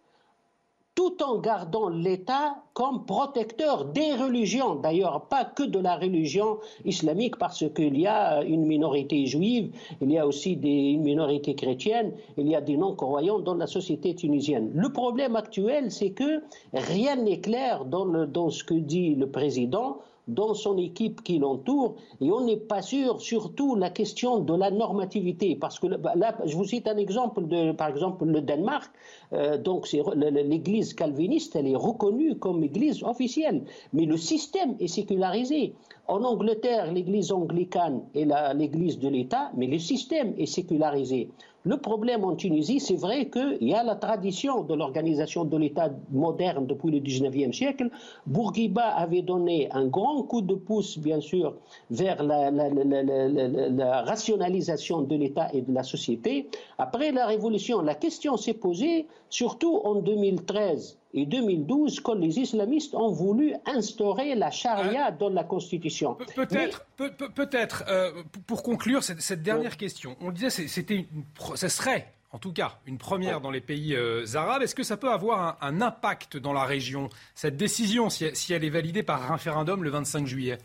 tout en gardant l'État comme protecteur des religions, d'ailleurs pas que de la religion islamique, parce qu'il y a une minorité juive, il y a aussi des, une minorité chrétienne, il y a des non-croyants dans la société tunisienne. Le problème actuel, c'est que rien n'est clair dans, le, dans ce que dit le président, dans son équipe qui l'entoure, et on n'est pas sûr, surtout la question de la normativité, parce que là, je vous cite un exemple, de, par exemple le Danemark, euh, donc c'est, l'église calviniste, elle est reconnue comme église officielle, mais le système est sécularisé. En Angleterre, l'église anglicane est la, l'église de l'État, mais le système est sécularisé. Le problème en Tunisie, c'est vrai qu'il y a la tradition de l'organisation de l'État moderne depuis le dix-neuvième siècle. Bourguiba avait donné un grand coup de pouce, bien sûr, vers la, la, la, la, la, la rationalisation de l'État et de la société. Après la Révolution, la question s'est posée, surtout en deux mille treize et deux mille douze, quand les islamistes ont voulu instaurer la charia dans la Constitution. Pe- peut-être, Mais... pe- pe- peut-être euh, pour conclure cette, cette dernière ouais. question, on le disait, c'était une, ça serait en tout cas une première ouais. dans les pays euh, arabes. Est-ce que ça peut avoir un, un impact dans la région, cette décision, si, si elle est validée par référendum le vingt-cinq juillet?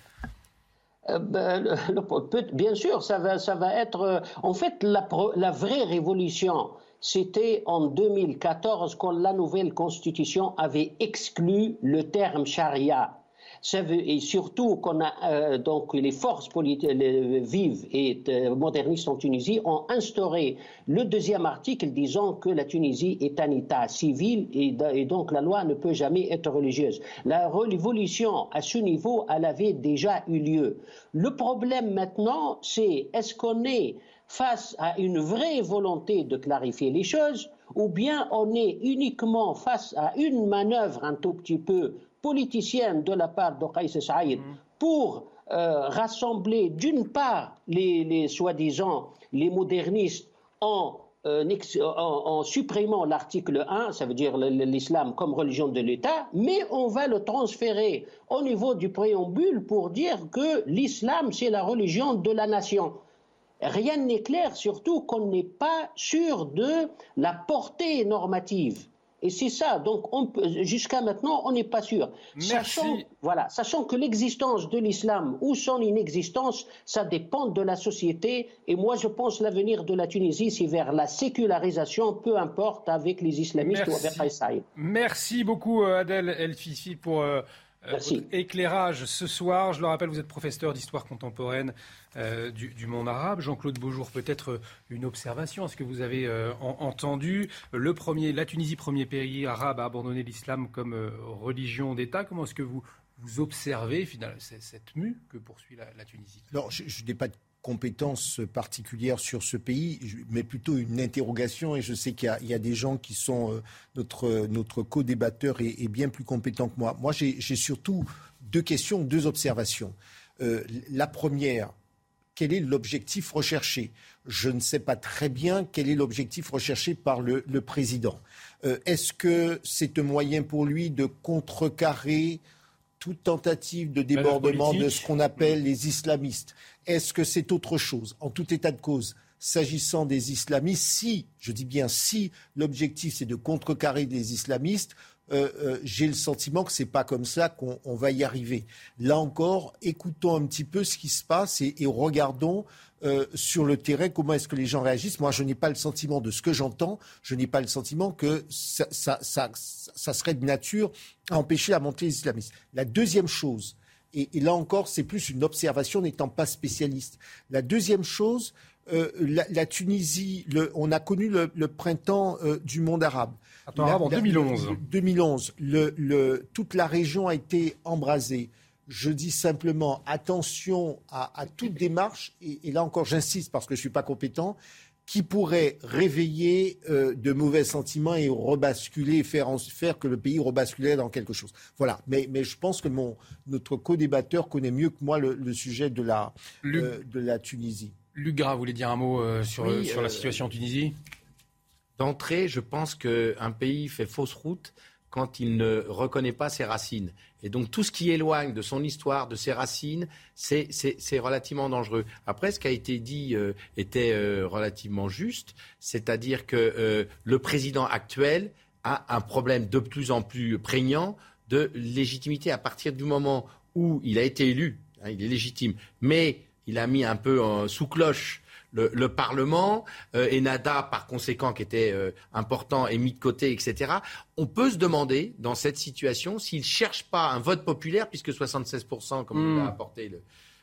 Euh, ben, le, le, bien sûr, ça va, ça va être... Euh, en fait, la, la vraie révolution, c'était en deux mille quatorze, quand la nouvelle constitution avait exclu le terme charia. Ça veut, et surtout qu'on a euh, donc les forces politiques les, vives et euh, modernistes en Tunisie ont instauré le deuxième article disant que la Tunisie est un État civil et, et donc la loi ne peut jamais être religieuse. La révolution à ce niveau, elle avait déjà eu lieu. Le problème maintenant, c'est est-ce qu'on est face à une vraie volonté de clarifier les choses ou bien on est uniquement face à une manœuvre un tout petit peu politicienne de la part de Kais Saïd pour euh, rassembler d'une part les, les soi-disant les modernistes en, euh, en, en supprimant l'article un, ça veut dire l'islam comme religion de l'État, mais on va le transférer au niveau du préambule pour dire que l'islam c'est la religion de la nation. Rien n'est clair, surtout qu'on n'est pas sûr de la portée normative. Et c'est ça, donc jusqu'à maintenant, on n'est pas sûr. Sachant, voilà, sachant que l'existence de l'islam ou son inexistence, ça dépend de la société. Et moi, je pense que l'avenir de la Tunisie, c'est vers la sécularisation, peu importe avec les islamistes Merci. ou avec Aïssaï. Merci beaucoup, Adel El Fifi, pour... Euh... Merci. Votre éclairage ce soir. Je le rappelle, vous êtes professeur d'histoire contemporaine euh, du, du monde arabe. Jean-Claude Beaujour, peut-être une observation à ce que vous avez euh, en, entendu. Le premier, la Tunisie, premier pays arabe à abandonner l'islam comme euh, religion d'État. Comment est-ce que vous, vous observez finalement cette mue que poursuit la, la Tunisie? Alors, je, je n'ai pas de compétences particulières sur ce pays, mais plutôt une interrogation, et je sais qu'il y a, il y a des gens qui sont euh, notre, notre co-débatteur et, et bien plus compétents que moi. Moi, j'ai, j'ai surtout deux questions, deux observations. Euh, la première, quel est l'objectif recherché? Je ne sais pas très bien quel est l'objectif recherché par le, le président. Euh, est-ce que c'est un moyen pour lui de contrecarrer toute tentative de débordement de ce qu'on appelle les islamistes? Est-ce que c'est autre chose? En tout état de cause, s'agissant des islamistes, si, je dis bien si, l'objectif c'est de contrecarrer les islamistes, euh, euh, j'ai le sentiment que c'est pas comme ça qu'on on va y arriver. Là encore, écoutons un petit peu ce qui se passe et, et regardons euh, sur le terrain comment est-ce que les gens réagissent. Moi, je n'ai pas le sentiment de ce que j'entends, je n'ai pas le sentiment que ça, ça, ça, ça serait de nature à empêcher la montée des islamistes. La deuxième chose, et, et là encore, c'est plus une observation n'étant pas spécialiste. La deuxième chose, euh, la, la Tunisie, le, on a connu le, le printemps euh, du monde arabe. Attends, arabe en deux mille onze. deux mille onze. Le, le, toute la région a été embrasée. Je dis simplement attention à, à toute démarche, et, et là encore j'insiste parce que je ne suis pas compétent, qui pourrait réveiller euh, de mauvais sentiments et rebasculer, faire, en, faire que le pays rebasculait dans quelque chose. Voilà, mais, mais je pense que mon, notre co-débatteur connaît mieux que moi le, le sujet de la, Luc, euh, de la Tunisie. Luc Gras voulait dire un mot euh, sur, oui, sur euh, la situation en Tunisie. D'entrée, je pense qu'un pays fait fausse route quand il ne reconnaît pas ses racines. Et donc tout ce qui éloigne de son histoire, de ses racines, c'est, c'est, c'est relativement dangereux. Après, ce qui a été dit euh, était euh, relativement juste, c'est-à-dire que euh, le président actuel a un problème de plus en plus prégnant de légitimité à partir du moment où il a été élu, hein, il est légitime, mais il a mis un peu euh, sous cloche Le, le Parlement, euh, et Nada, par conséquent, qui était euh, important, est mis de côté, et cetera. On peut se demander, dans cette situation, s'il ne cherche pas un vote populaire, puisque soixante-seize pour cent, comme mmh. l'a apporté le,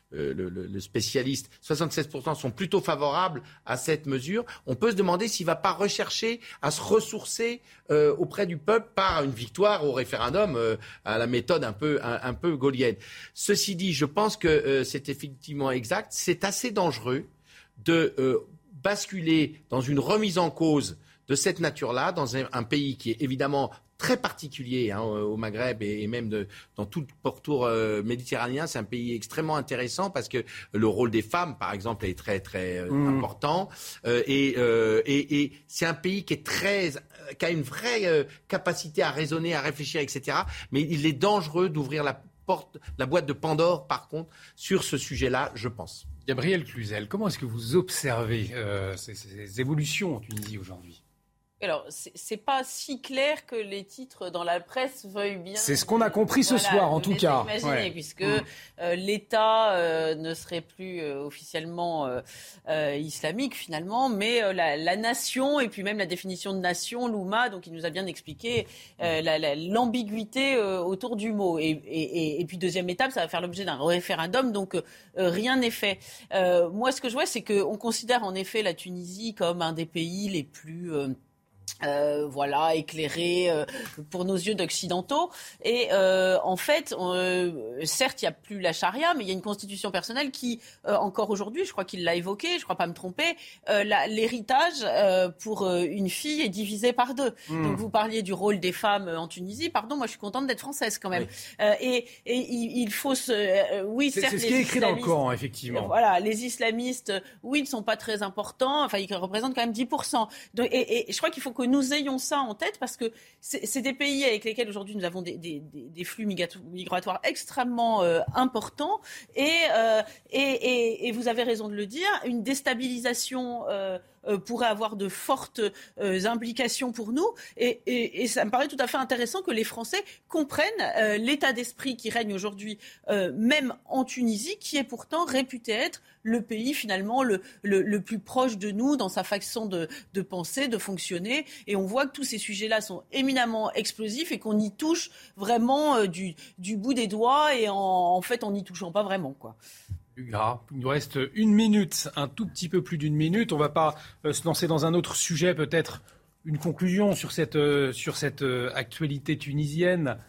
le, le, le spécialiste, soixante-seize pour cent sont plutôt favorables à cette mesure. On peut se demander s'il ne va pas rechercher à se ressourcer euh, auprès du peuple par une victoire au référendum euh, à la méthode un peu, un, un peu gaullienne. Ceci dit, je pense que euh, c'est effectivement exact. C'est assez dangereux de euh, basculer dans une remise en cause de cette nature-là, dans un, un pays qui est évidemment très particulier hein, au Maghreb et, et même de, dans tout le pourtour euh, méditerranéen. C'est un pays extrêmement intéressant parce que le rôle des femmes, par exemple, est très très euh, mmh. important. Euh, et, euh, et, et c'est un pays qui est très, qui a une vraie euh, capacité à raisonner, à réfléchir, et cetera. Mais il est dangereux d'ouvrir la porte, la boîte de Pandore, par contre, sur ce sujet-là, je pense. Gabriel Cluzel, comment est-ce que vous observez euh, ces, ces évolutions en Tunisie aujourd'hui ? Alors, c'est, c'est pas si clair que les titres dans la presse veuillent bien. C'est ce qu'on a compris ce voilà, soir, en tout cas. Imaginer, ouais. puisque mmh. euh, l'État euh, ne serait plus euh, officiellement euh, euh, islamique finalement, mais euh, la, la nation et puis même la définition de nation, l'Oumma, donc il nous a bien expliqué euh, la, la, l'ambiguïté euh, autour du mot. Et, et, et, et puis deuxième étape, ça va faire l'objet d'un référendum, donc euh, rien n'est fait. Euh, moi, ce que je vois, c'est qu'on considère en effet la Tunisie comme un des pays les plus euh, Euh, voilà, éclairé euh, pour nos yeux d'occidentaux. Et euh, en fait, on, euh, certes, il n'y a plus la charia, mais il y a une constitution personnelle qui, euh, encore aujourd'hui, je crois qu'il l'a évoqué, je ne crois pas me tromper, euh, la, l'héritage euh, pour euh, une fille est divisé par deux. Mmh. Donc vous parliez du rôle des femmes en Tunisie. Pardon, moi je suis contente d'être française quand même. Oui. Euh, et, et il, il faut se... Euh, oui, c'est, certes, c'est ce qui est écrit dans le Coran, effectivement. Euh, voilà, les islamistes, oui, ne sont pas très importants. Enfin, ils représentent quand même dix pour cent. Donc, et, et je crois qu'il faut que nous ayons ça en tête parce que c'est, c'est des pays avec lesquels aujourd'hui nous avons des, des, des flux migratoires extrêmement euh, importants et, euh, et, et, et vous avez raison de le dire, une déstabilisation euh, euh, pourrait avoir de fortes euh, implications pour nous et, et, et ça me paraît tout à fait intéressant que les Français comprennent euh, l'état d'esprit qui règne aujourd'hui euh, même en Tunisie qui est pourtant réputé être le pays finalement le, le, le plus proche de nous dans sa façon de, de penser, de fonctionner. Et on voit que tous ces sujets-là sont éminemment explosifs et qu'on y touche vraiment euh, du, du bout des doigts et en, en fait en n'y touchant pas vraiment, quoi. Gras. Il nous reste une minute, un tout petit peu plus d'une minute. On ne va pas euh, se lancer dans un autre sujet, peut-être une conclusion sur cette, euh, sur cette euh, actualité tunisienne.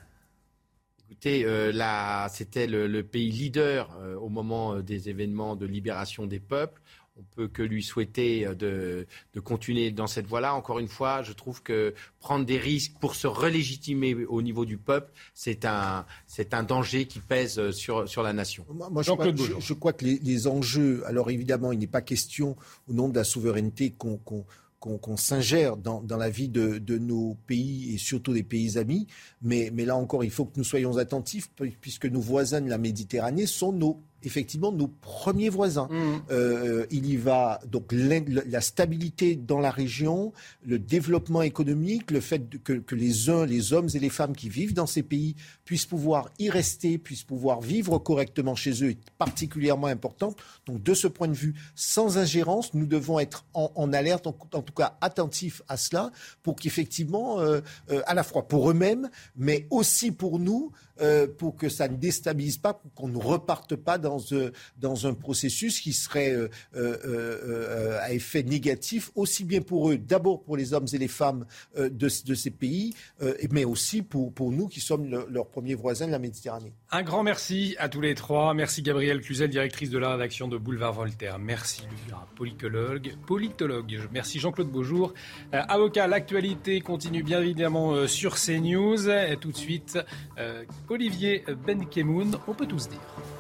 Écoutez, euh, là, c'était le, le pays leader euh, au moment euh, des événements de libération des peuples. On peut que lui souhaiter euh, de, de continuer dans cette voie-là. Encore une fois, je trouve que prendre des risques pour se relégitimer au niveau du peuple, c'est un, c'est un danger qui pèse sur, sur la nation. Moi, moi je, crois, je, je crois que les, les enjeux, alors évidemment, il n'est pas question au nom de la souveraineté qu'on... qu'on Qu'on, qu'on s'ingère dans, dans la vie de, de nos pays et surtout des pays amis. Mais, mais là encore, il faut que nous soyons attentifs puisque nos voisins de la Méditerranée sont nos, effectivement nos premiers voisins. Mmh. Euh, il y va donc la, la stabilité dans la région, le développement économique, le fait que, que les uns, les hommes et les femmes qui vivent dans ces pays puissent pouvoir y rester, puissent pouvoir vivre correctement chez eux est particulièrement important. Donc de ce point de vue, sans ingérence, nous devons être en, en alerte, en, en tout cas attentifs à cela, pour qu'effectivement, euh, euh, à la fois pour eux-mêmes, mais aussi pour nous, euh, pour que ça ne déstabilise pas, pour qu'on ne reparte pas dans, euh, dans un processus qui serait euh, euh, euh, à effet négatif, aussi bien pour eux, d'abord pour les hommes et les femmes euh, de, de ces pays, euh, mais aussi pour, pour nous qui sommes le, leurs premiers voisins de la Méditerranée. Un grand merci à tous les trois. Merci Gabrielle Cluzel, directrice de la rédaction de Boulevard Voltaire. Merci Lucas, politologue. politologue. Merci Jean-Claude Beaujour, euh, avocat. L'actualité continue bien évidemment euh, sur CNews. Et tout de suite, euh, Olivier Benkemoun, on peut tous dire.